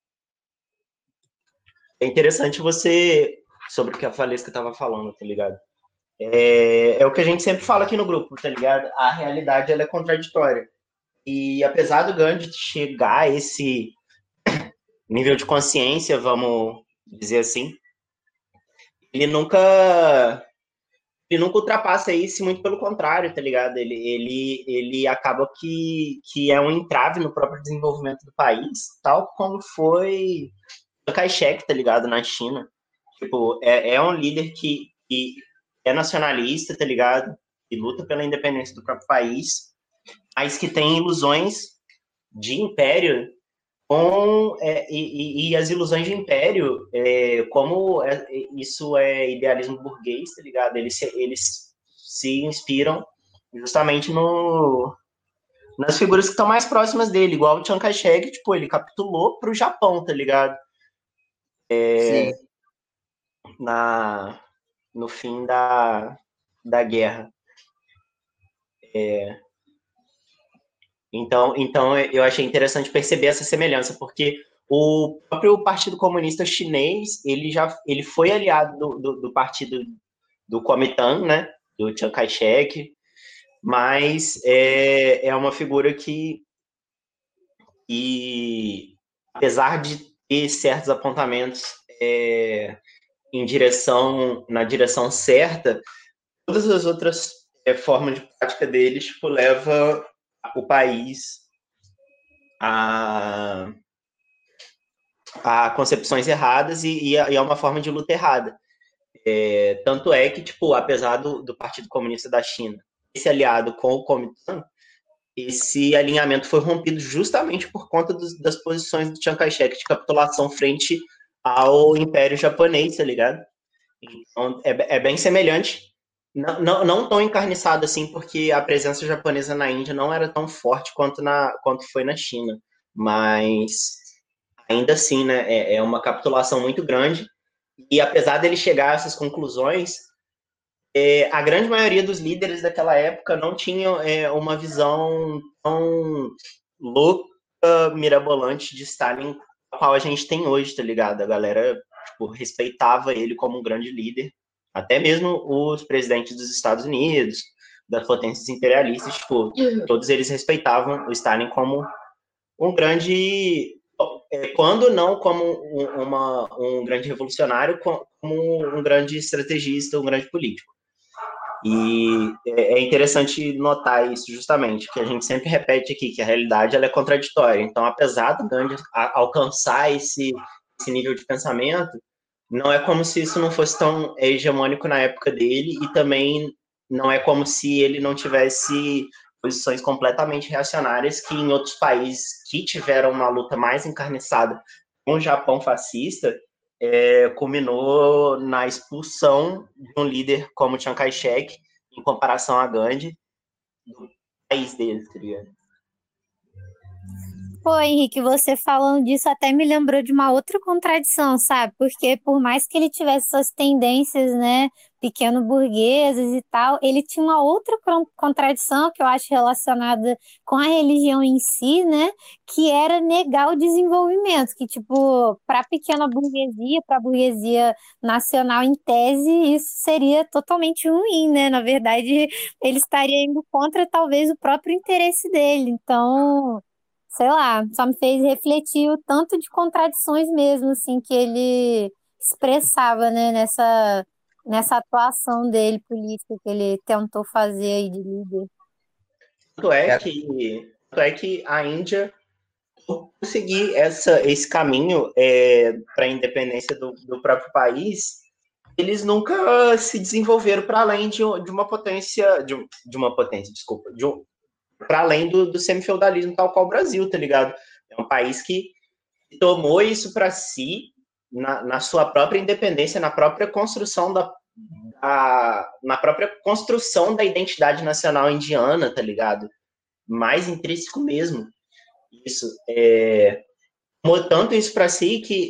É interessante você, sobre o que a Valesca estava falando, tá ligado? É o que a gente sempre fala aqui no grupo, tá ligado? A realidade, ela é contraditória. E apesar do Gandhi chegar a esse nível de consciência, vamos dizer assim, ele nunca ultrapassa isso, muito pelo contrário, tá ligado? Ele acaba que é um entrave no próprio desenvolvimento do país, tal como foi o Kai-shek, tá ligado? Na China. Tipo, é um líder que é nacionalista, tá ligado? E luta pela independência do próprio país, mas que tem ilusões de império e as ilusões de império, isso é idealismo burguês, tá ligado? Eles se inspiram justamente nas figuras que estão mais próximas dele, igual o Chiang Kai-shek, tipo, ele capitulou pro Japão, tá ligado? Sim. No fim da guerra. Então, eu achei interessante perceber essa semelhança, porque o próprio Partido Comunista Chinês, ele foi aliado do partido do Kuomintang, né, do Chiang Kai-shek, mas é uma figura que, apesar de ter certos apontamentos na direção certa, todas as outras formas de prática deles, tipo, leva o país a concepções erradas e é uma forma de luta errada. Tanto é que, tipo, apesar do Partido Comunista da China esse aliado com o Kuomintang, esse alinhamento foi rompido justamente por conta das posições do Chiang Kai-shek de capitulação frente ao Império Japonês, tá ligado? Então, é bem semelhante. Não tão encarniçado assim, porque a presença japonesa na Índia não era tão forte quanto foi na China. Mas, ainda assim, né, é uma capitulação muito grande. E apesar dele chegar a essas conclusões, a grande maioria dos líderes daquela época não tinham uma visão tão louca, mirabolante de Stalin, a qual a gente tem hoje, tá ligado? A galera, tipo, respeitava ele como um grande líder. Até mesmo os presidentes dos Estados Unidos, das potências imperialistas, tipo, todos eles respeitavam o Stalin como um grande, quando não como um grande revolucionário, como um grande estrategista, um grande político. E é interessante notar isso justamente, que a gente sempre repete aqui, que a realidade ela é contraditória. Então, apesar do Gandhi alcançar esse nível de pensamento, não é como se isso não fosse tão hegemônico na época dele, e também não é como se ele não tivesse posições completamente reacionárias que em outros países que tiveram uma luta mais encarniçada com o Japão fascista, culminou na expulsão de um líder como Chiang Kai-shek, em comparação a Gandhi, do país deles, tá ligado? Pô, Henrique, você falando disso até me lembrou de uma outra contradição, sabe? Porque por mais que ele tivesse essas tendências, né, pequeno-burguesas e tal, ele tinha uma outra contradição que eu acho relacionada com a religião em si, né? Que era negar o desenvolvimento, que, tipo, para a pequena burguesia, para a burguesia nacional, em tese, isso seria totalmente ruim, né? Na verdade, ele estaria indo contra, talvez, o próprio interesse dele. Então, sei lá, só me fez refletir o tanto de contradições mesmo, assim, que ele expressava, né, nessa atuação dele política que ele tentou fazer aí de líder. Tanto é que a Índia conseguir esse caminho para a independência do próprio país, eles nunca se desenvolveram para além de uma potência, desculpa, para além do semifeudalismo tal qual o Brasil, tá ligado? É um país que tomou isso para si na sua própria independência, na própria construção na própria construção da identidade nacional indiana, tá ligado? Mais intrínseco mesmo. Isso. Tomou tanto isso para si que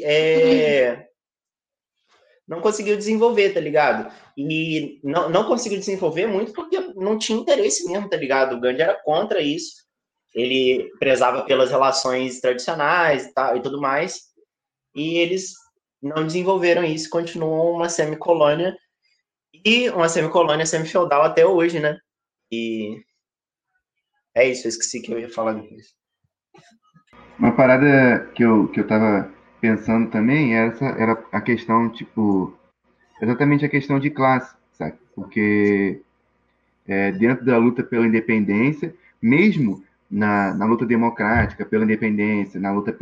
não conseguiu desenvolver, tá ligado? E não conseguiu desenvolver muito porque não tinha interesse mesmo, tá ligado? O Gandhi era contra isso. Ele prezava pelas relações tradicionais e tudo mais. E eles não desenvolveram isso, continuam uma semicolônia e uma semicolônia semifeudal até hoje, né? E é isso, eu esqueci que eu ia falar depois. Uma parada que eu tava pensando também era a questão, tipo, exatamente a questão de classe, sabe? Porque dentro da luta pela independência, mesmo na luta democrática pela independência, na luta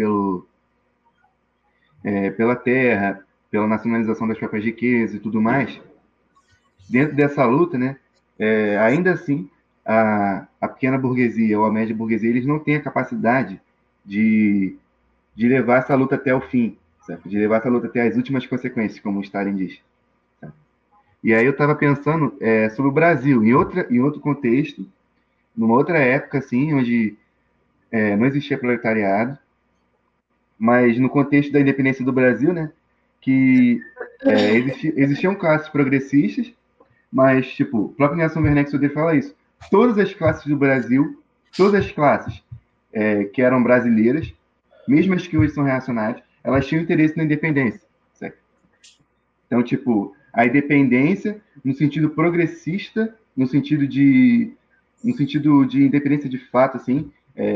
pela terra, pela nacionalização das próprias riquezas e tudo mais, dentro dessa luta, né, ainda assim, a pequena burguesia ou a média burguesia, eles não têm a capacidade de levar essa luta até o fim, certo? De levar essa luta até as últimas consequências, como o Stalin diz. Certo? E aí eu estava pensando sobre o Brasil, em outro contexto, numa outra época, assim, onde não existia proletariado, mas no contexto da independência do Brasil, né, que existiam classes progressistas, mas, tipo, o próprio Nelson Werneck Sodré fala isso. Todas as classes do Brasil, todas as classes que eram brasileiras, mesmo as que hoje são reacionárias, elas tinham interesse na independência, certo? Então, tipo, a independência no sentido progressista, no sentido de independência de fato, assim,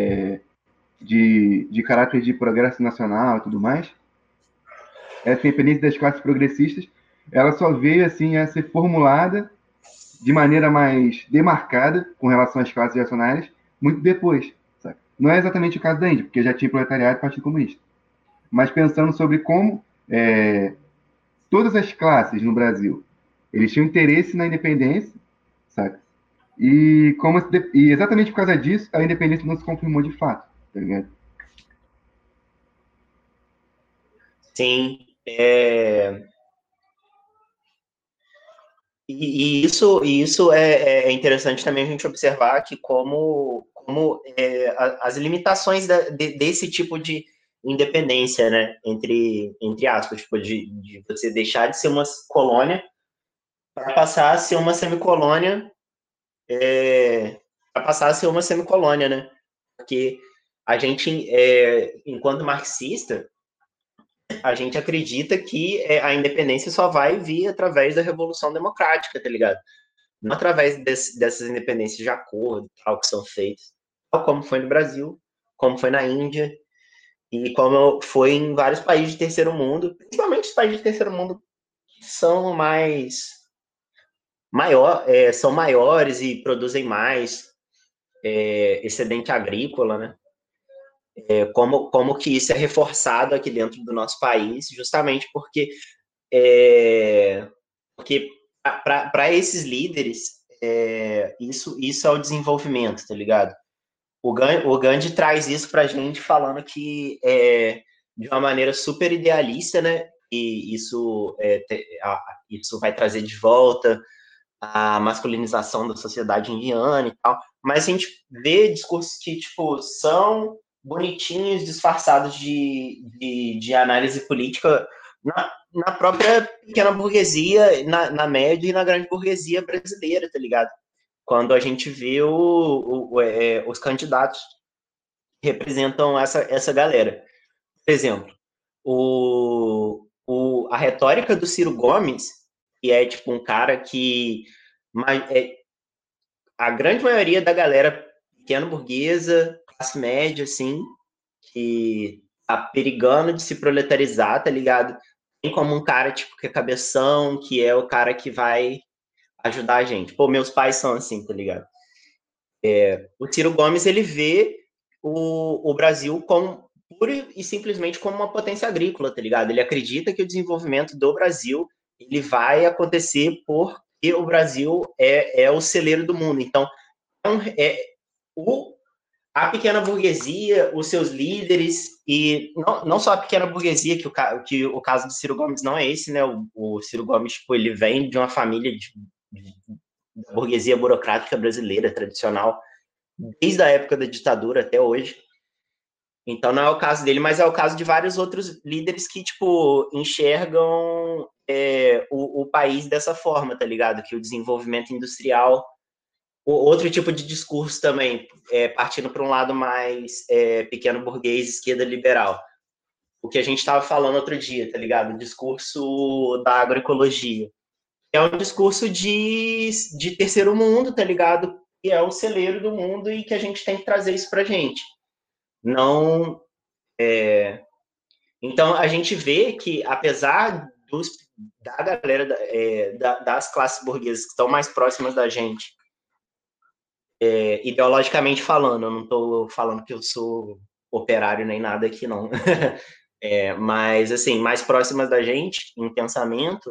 de caráter de progresso nacional e tudo mais, essa independência das classes progressistas, ela só veio, assim, a ser formulada de maneira mais demarcada com relação às classes reacionárias muito depois, sabe? Não é exatamente o caso da Índia, porque já tinha proletariado e Partido Comunista. Mas pensando sobre como todas as classes no Brasil, eles tinham interesse na independência, sabe? E exatamente por causa disso, a independência não se confirmou de fato, tá ligado? Sim, E isso é interessante também a gente observar que como as limitações desse tipo de independência, né, entre aspas, tipo, de você deixar de ser uma colônia para passar a ser uma semicolônia, né? Porque a gente, enquanto marxista, a gente acredita que a independência só vai vir através da Revolução Democrática, tá ligado? Não através dessas independências de acordo, tal, que são feitas, tal como foi no Brasil, como foi na Índia, e como foi em vários países de terceiro mundo, principalmente os países de terceiro mundo que são são maiores e produzem mais excedente agrícola, né? Como que isso é reforçado aqui dentro do nosso país, justamente porque para esses líderes isso é o desenvolvimento, tá ligado? O Gandhi traz isso para a gente falando que de uma maneira super idealista, né? E isso vai trazer de volta a masculinização da sociedade indiana e tal. Mas a gente vê discursos que tipo são bonitinhos, disfarçados de análise política na própria pequena burguesia, na média e na grande burguesia brasileira, tá ligado? Quando a gente vê os candidatos que representam essa galera. Por exemplo, a retórica do Ciro Gomes, que é tipo um cara que a grande maioria da galera pequena burguesa, classe média, assim, que tá perigando de se proletarizar, tá ligado? Tem como um cara, tipo, que é cabeção, que é o cara que vai ajudar a gente. Pô, meus pais são assim, tá ligado? O Ciro Gomes, ele vê o Brasil como pura e simplesmente como uma potência agrícola, tá ligado? Ele acredita que o desenvolvimento do Brasil ele vai acontecer porque o Brasil é o celeiro do mundo. Então, a pequena burguesia, os seus líderes, e não só a pequena burguesia, que o caso do Ciro Gomes não é esse, né? O Ciro Gomes, tipo, ele vem de uma família da burguesia burocrática brasileira, tradicional, desde a época da ditadura até hoje. Então não é o caso dele, mas é o caso de vários outros líderes que, tipo, enxergam o país dessa forma, tá ligado? Que o desenvolvimento industrial, outro tipo de discurso também, partindo para um lado mais pequeno burguês, esquerda liberal. O que a gente estava falando outro dia, tá ligado? O discurso da agroecologia. É um discurso de terceiro mundo, tá ligado? Que é o celeiro do mundo e que a gente tem que trazer isso pra gente. Não. Então, a gente vê que, apesar da galera das classes burguesas que estão mais próximas da gente, ideologicamente falando, eu não estou falando que eu sou operário nem nada aqui, não. Mas, assim, mais próximas da gente, em pensamento,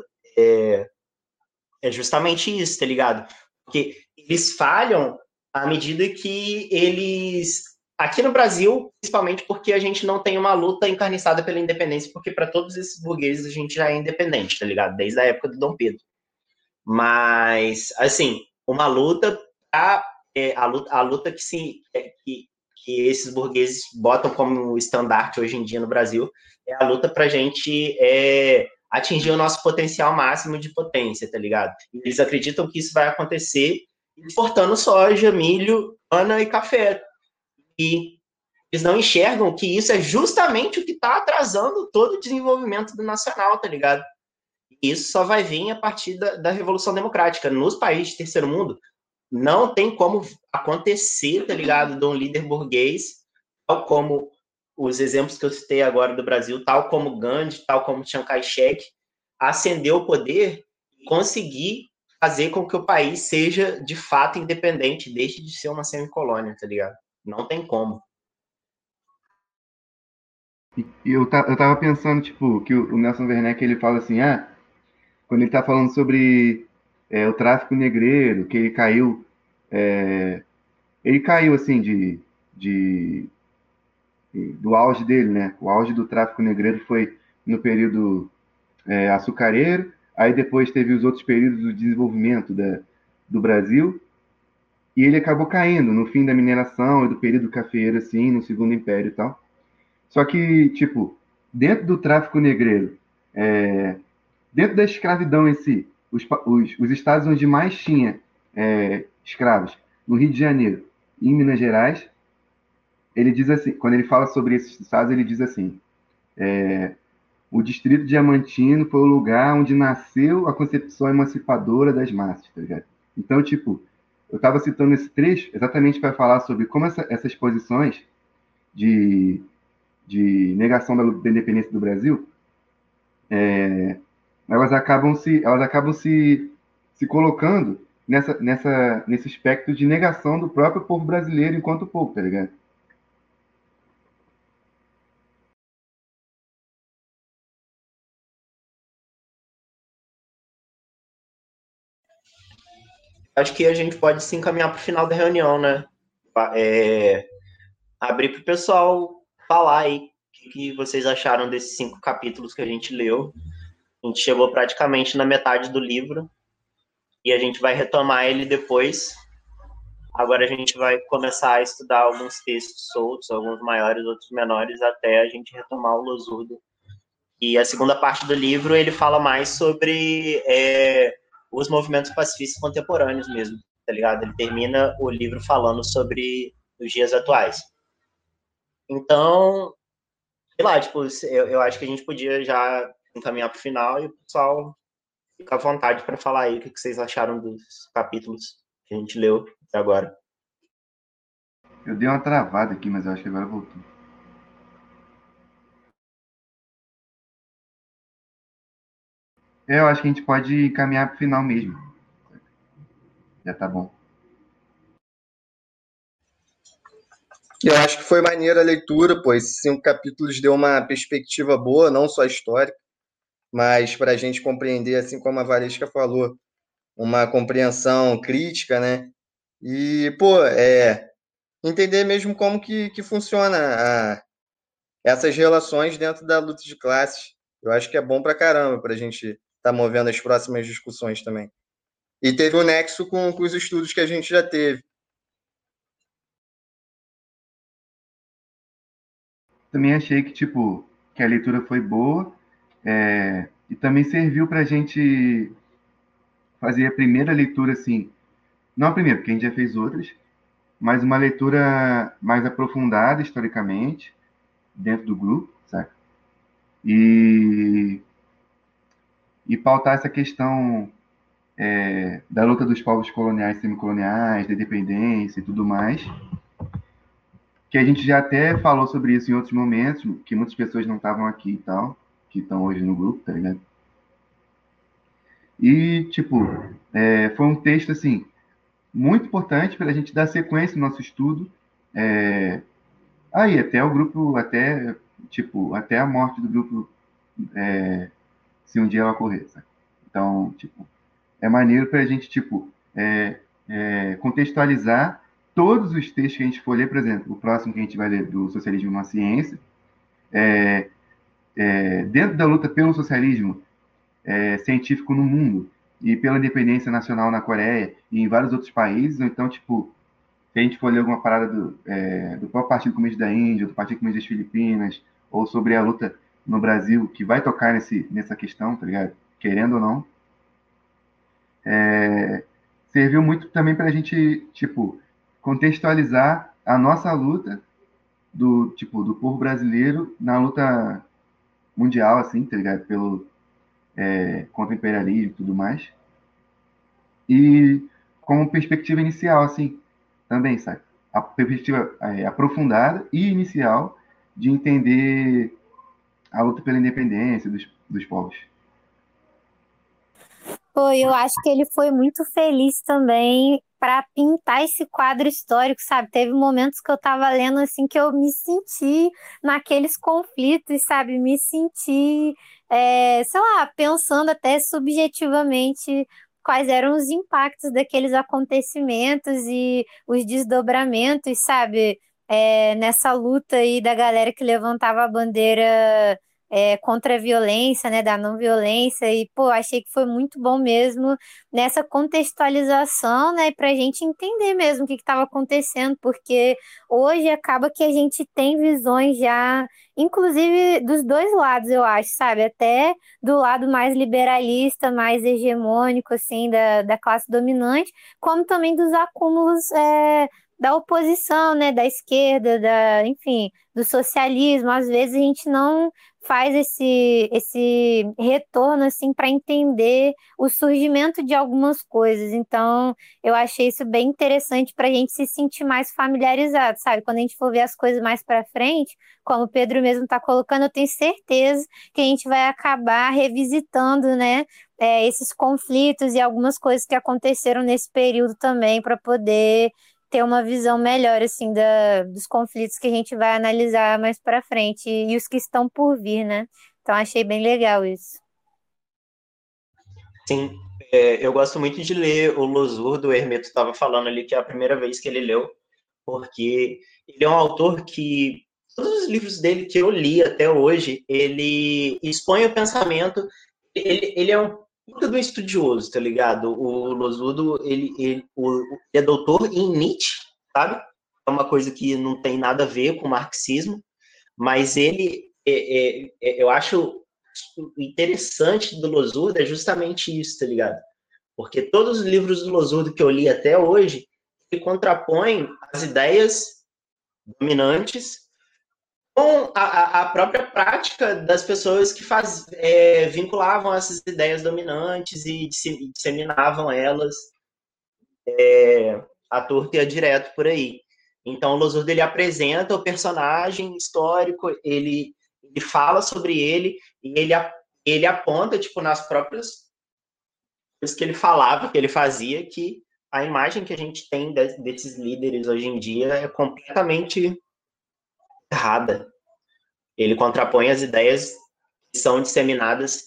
é justamente isso, tá ligado? Porque eles falham à medida que eles... Aqui no Brasil, principalmente porque a gente não tem uma luta encarniçada pela independência, porque para todos esses burgueses a gente já é independente, tá ligado? Desde a época do Dom Pedro. Mas, assim, uma luta a luta que esses burgueses botam como estandarte hoje em dia no Brasil é a luta pra gente atingir o nosso potencial máximo de potência, tá ligado? Eles acreditam que isso vai acontecer exportando soja, milho, cana e café. E eles não enxergam que isso é justamente o que está atrasando todo o desenvolvimento do nacional, tá ligado? E isso só vai vir a partir da Revolução Democrática. Nos países de terceiro mundo, não tem como acontecer, tá ligado, de um líder burguês, tal como os exemplos que eu citei agora do Brasil, tal como Gandhi, tal como Chiang Kai-shek, ascender o poder e conseguir fazer com que o país seja, de fato, independente, deixe de ser uma semicolônia, tá ligado? Não tem como. E eu tava pensando, tipo, que o Nelson Werneck, ele fala assim, quando ele tá falando sobre o tráfico negreiro, que ele caiu, assim, de, do auge dele, né? O auge do tráfico negreiro foi no período açucareiro, aí depois teve os outros períodos do desenvolvimento do Brasil, e ele acabou caindo no fim da mineração e do período cafeeiro, assim, no Segundo Império e tal. Só que, tipo, dentro do tráfico negreiro, dentro da escravidão em si, os estados onde mais tinha escravos, no Rio de Janeiro e em Minas Gerais, ele diz assim, quando ele fala sobre esses estados, ele diz assim, o Distrito Diamantino foi o lugar onde nasceu a concepção emancipadora das massas, tá ligado? Então, tipo, eu estava citando esse trecho exatamente para falar sobre como essas posições de negação da independência do Brasil, elas acabam se colocando nesse aspecto de negação do próprio povo brasileiro enquanto povo, tá ligado? Acho que a gente pode se encaminhar para o final da reunião, né? Abrir para o pessoal falar aí o que vocês acharam desses 5 capítulos que a gente leu. A gente chegou praticamente na metade do livro e a gente vai retomar ele depois. Agora a gente vai começar a estudar alguns textos soltos, alguns maiores, outros menores, até a gente retomar o Losurdo E a segunda parte do livro ele fala mais sobre os movimentos pacifistas contemporâneos mesmo, tá ligado? Ele termina o livro falando sobre os dias atuais. Então, sei lá, tipo, eu acho que a gente podia já encaminhar para o final e o pessoal fica à vontade para falar aí o que vocês acharam dos capítulos que a gente leu até agora. Eu dei uma travada aqui, mas eu acho que agora voltou. Eu acho que a gente pode caminhar para o final mesmo. Já tá bom. Eu acho que foi maneira a leitura, pois esses 5 capítulos deu uma perspectiva boa, não só histórica, mas para a gente compreender, assim como a Valesca falou, uma compreensão crítica, né? E, pô, entender mesmo como que funciona essas relações dentro da luta de classes. Eu acho que é bom pra caramba para a gente estar movendo as próximas discussões também. E teve um nexo com os estudos que a gente já teve. Também achei que, tipo, que a leitura foi boa, e também serviu pra gente fazer a primeira leitura, assim, não a primeira, porque a gente já fez outras, mas uma leitura mais aprofundada historicamente, dentro do grupo, sabe? E, e pautar essa questão da luta dos povos coloniais e semicoloniais, da independência e tudo mais, que a gente já até falou sobre isso em outros momentos, que muitas pessoas não estavam aqui e tal, que estão hoje no grupo, tá ligado? E, tipo, foi um texto, assim, muito importante para a gente dar sequência no nosso estudo, aí até o grupo, até a morte do grupo, se um dia ela ocorrer, sabe? Então, tipo, é maneiro para a gente, tipo, contextualizar todos os textos que a gente for ler, por exemplo, o próximo que a gente vai ler do Socialismo na Ciência, dentro da luta pelo socialismo científico no mundo e pela independência nacional na Coreia e em vários outros países, ou então, tipo, se a gente for ler alguma parada do próprio Partido Comunista da Índia, do Partido Comunista das Filipinas, ou sobre a luta no Brasil, que vai tocar nessa questão, tá ligado? Querendo ou não, serviu muito também para a gente, tipo, contextualizar a nossa luta do povo brasileiro na luta mundial, assim, tá ligado? Contra o imperialismo e tudo mais. E como perspectiva inicial, assim, também, sabe? A perspectiva aprofundada e inicial de entender a luta pela independência dos povos. Foi, eu acho que ele foi muito feliz também para pintar esse quadro histórico, sabe? Teve momentos que eu estava lendo assim que eu me senti naqueles conflitos, sabe? Me senti, sei lá, pensando até subjetivamente quais eram os impactos daqueles acontecimentos e os desdobramentos, sabe? Nessa luta aí da galera que levantava a bandeira contra a violência, né, da não violência, e, pô, achei que foi muito bom mesmo nessa contextualização, né, para a gente entender mesmo o que estava acontecendo, porque hoje acaba que a gente tem visões já, inclusive dos dois lados, eu acho, sabe, até do lado mais liberalista, mais hegemônico, assim, da classe dominante, como também dos acúmulos, da oposição, né, da esquerda, enfim, do socialismo. Às vezes a gente não faz esse retorno assim para entender o surgimento de algumas coisas. Então, eu achei isso bem interessante para a gente se sentir mais familiarizado, sabe? Quando a gente for ver as coisas mais para frente, como o Pedro mesmo está colocando, eu tenho certeza que a gente vai acabar revisitando, né? Esses conflitos e algumas coisas que aconteceram nesse período também para poder ter uma visão melhor assim dos conflitos que a gente vai analisar mais para frente e os que estão por vir, né? Então achei bem legal isso. Sim, eu gosto muito de ler o Losurdo. O Hermeto estava falando ali que é a primeira vez que ele leu, porque ele é um autor que todos os livros dele que eu li até hoje, ele expõe o pensamento, ele é um puta do estudioso, tá ligado? O Losurdo, ele é doutor em Nietzsche, sabe? É uma coisa que não tem nada a ver com o marxismo, mas ele, eu acho interessante do Losurdo é justamente isso, tá ligado? Porque todos os livros do Losurdo que eu li até hoje, ele contrapõe as ideias dominantes com a própria prática das pessoas que vinculavam essas ideias dominantes e disseminavam elas à torta e à direto por aí. Então, o Losurdo, ele apresenta o personagem histórico, ele fala sobre ele, e ele aponta, tipo, nas próprias coisas que ele falava, que ele fazia, que a imagem que a gente tem desses líderes hoje em dia é completamente errada. Ele contrapõe as ideias que são disseminadas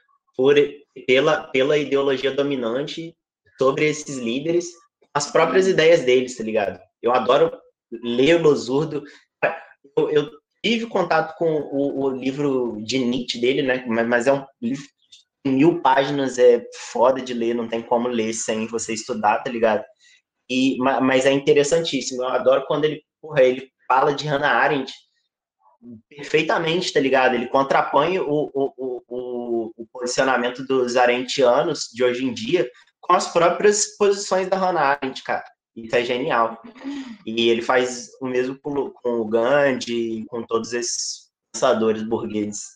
pela ideologia dominante sobre esses líderes, as próprias ideias deles, tá ligado? Eu adoro ler o Losurdo. Eu tive contato com o livro de Nietzsche dele, né? Mas é um livro de 1000 páginas, é foda de ler, não tem como ler sem você estudar, tá ligado? Mas é interessantíssimo. Eu adoro quando ele fala de Hannah Arendt perfeitamente, tá ligado? Ele contrapõe o posicionamento dos arendtianos de hoje em dia com as próprias posições da Hannah Arendt, cara. Isso é genial. E ele faz o mesmo com o Gandhi, com todos esses pensadores burgueses.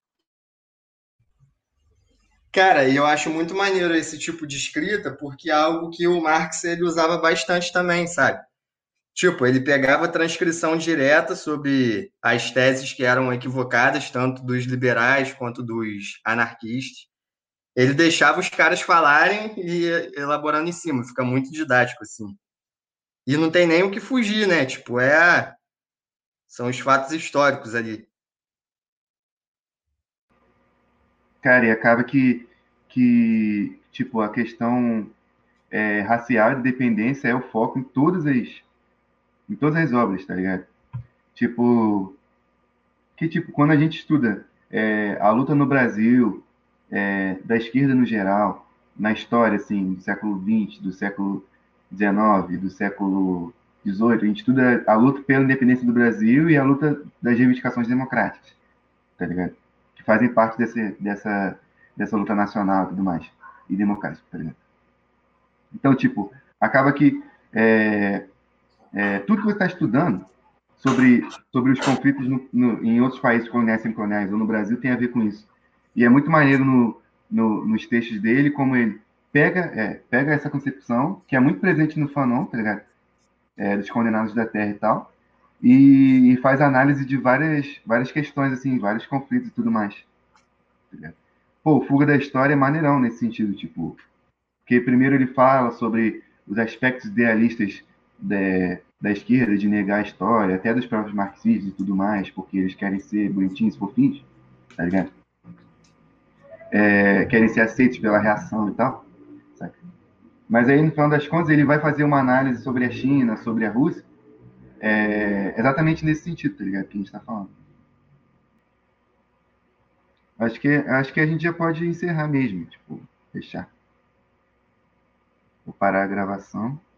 Cara, e eu acho muito maneiro esse tipo de escrita, porque é algo que o Marx ele usava bastante também, sabe? Tipo, ele pegava transcrição direta sobre as teses que eram equivocadas, tanto dos liberais quanto dos anarquistas. Ele deixava os caras falarem e ia elaborando em cima, fica muito didático, assim. E não tem nem o que fugir, né? Tipo, são os fatos históricos ali. Cara, e acaba tipo, a questão racial e de dependência é o foco em todas as obras, tá ligado? Tipo, quando a gente estuda a luta no Brasil, da esquerda no geral, na história, assim, do século XX, do século XIX, do século XVIII, a gente estuda a luta pela independência do Brasil e a luta das reivindicações democráticas, tá ligado? Que fazem parte dessa luta nacional e tudo mais, e democrática, tá ligado? Então, tipo, acaba que tudo que você está estudando sobre os conflitos em outros países coloniais e semicoloniais, ou no Brasil, tem a ver com isso. E é muito maneiro nos textos dele, como ele pega essa concepção, que é muito presente no Fanon, tá ligado? Dos condenados da terra e tal, e faz análise de várias questões, assim, vários conflitos e tudo mais. Tá ligado? Pô, Fuga da História é maneirão nesse sentido, tipo, porque primeiro ele fala sobre os aspectos idealistas da esquerda, de negar a história, até dos próprios marxistas e tudo mais, porque eles querem ser bonitinhos, fofinhos, tá ligado? Querem ser aceitos pela reação e tal, saca? Mas aí, no final das contas, ele vai fazer uma análise sobre a China, sobre a Rússia, exatamente nesse sentido, tá ligado? Que a gente tá falando. Acho que a gente já pode encerrar mesmo, tipo, fechar. Vou parar a gravação.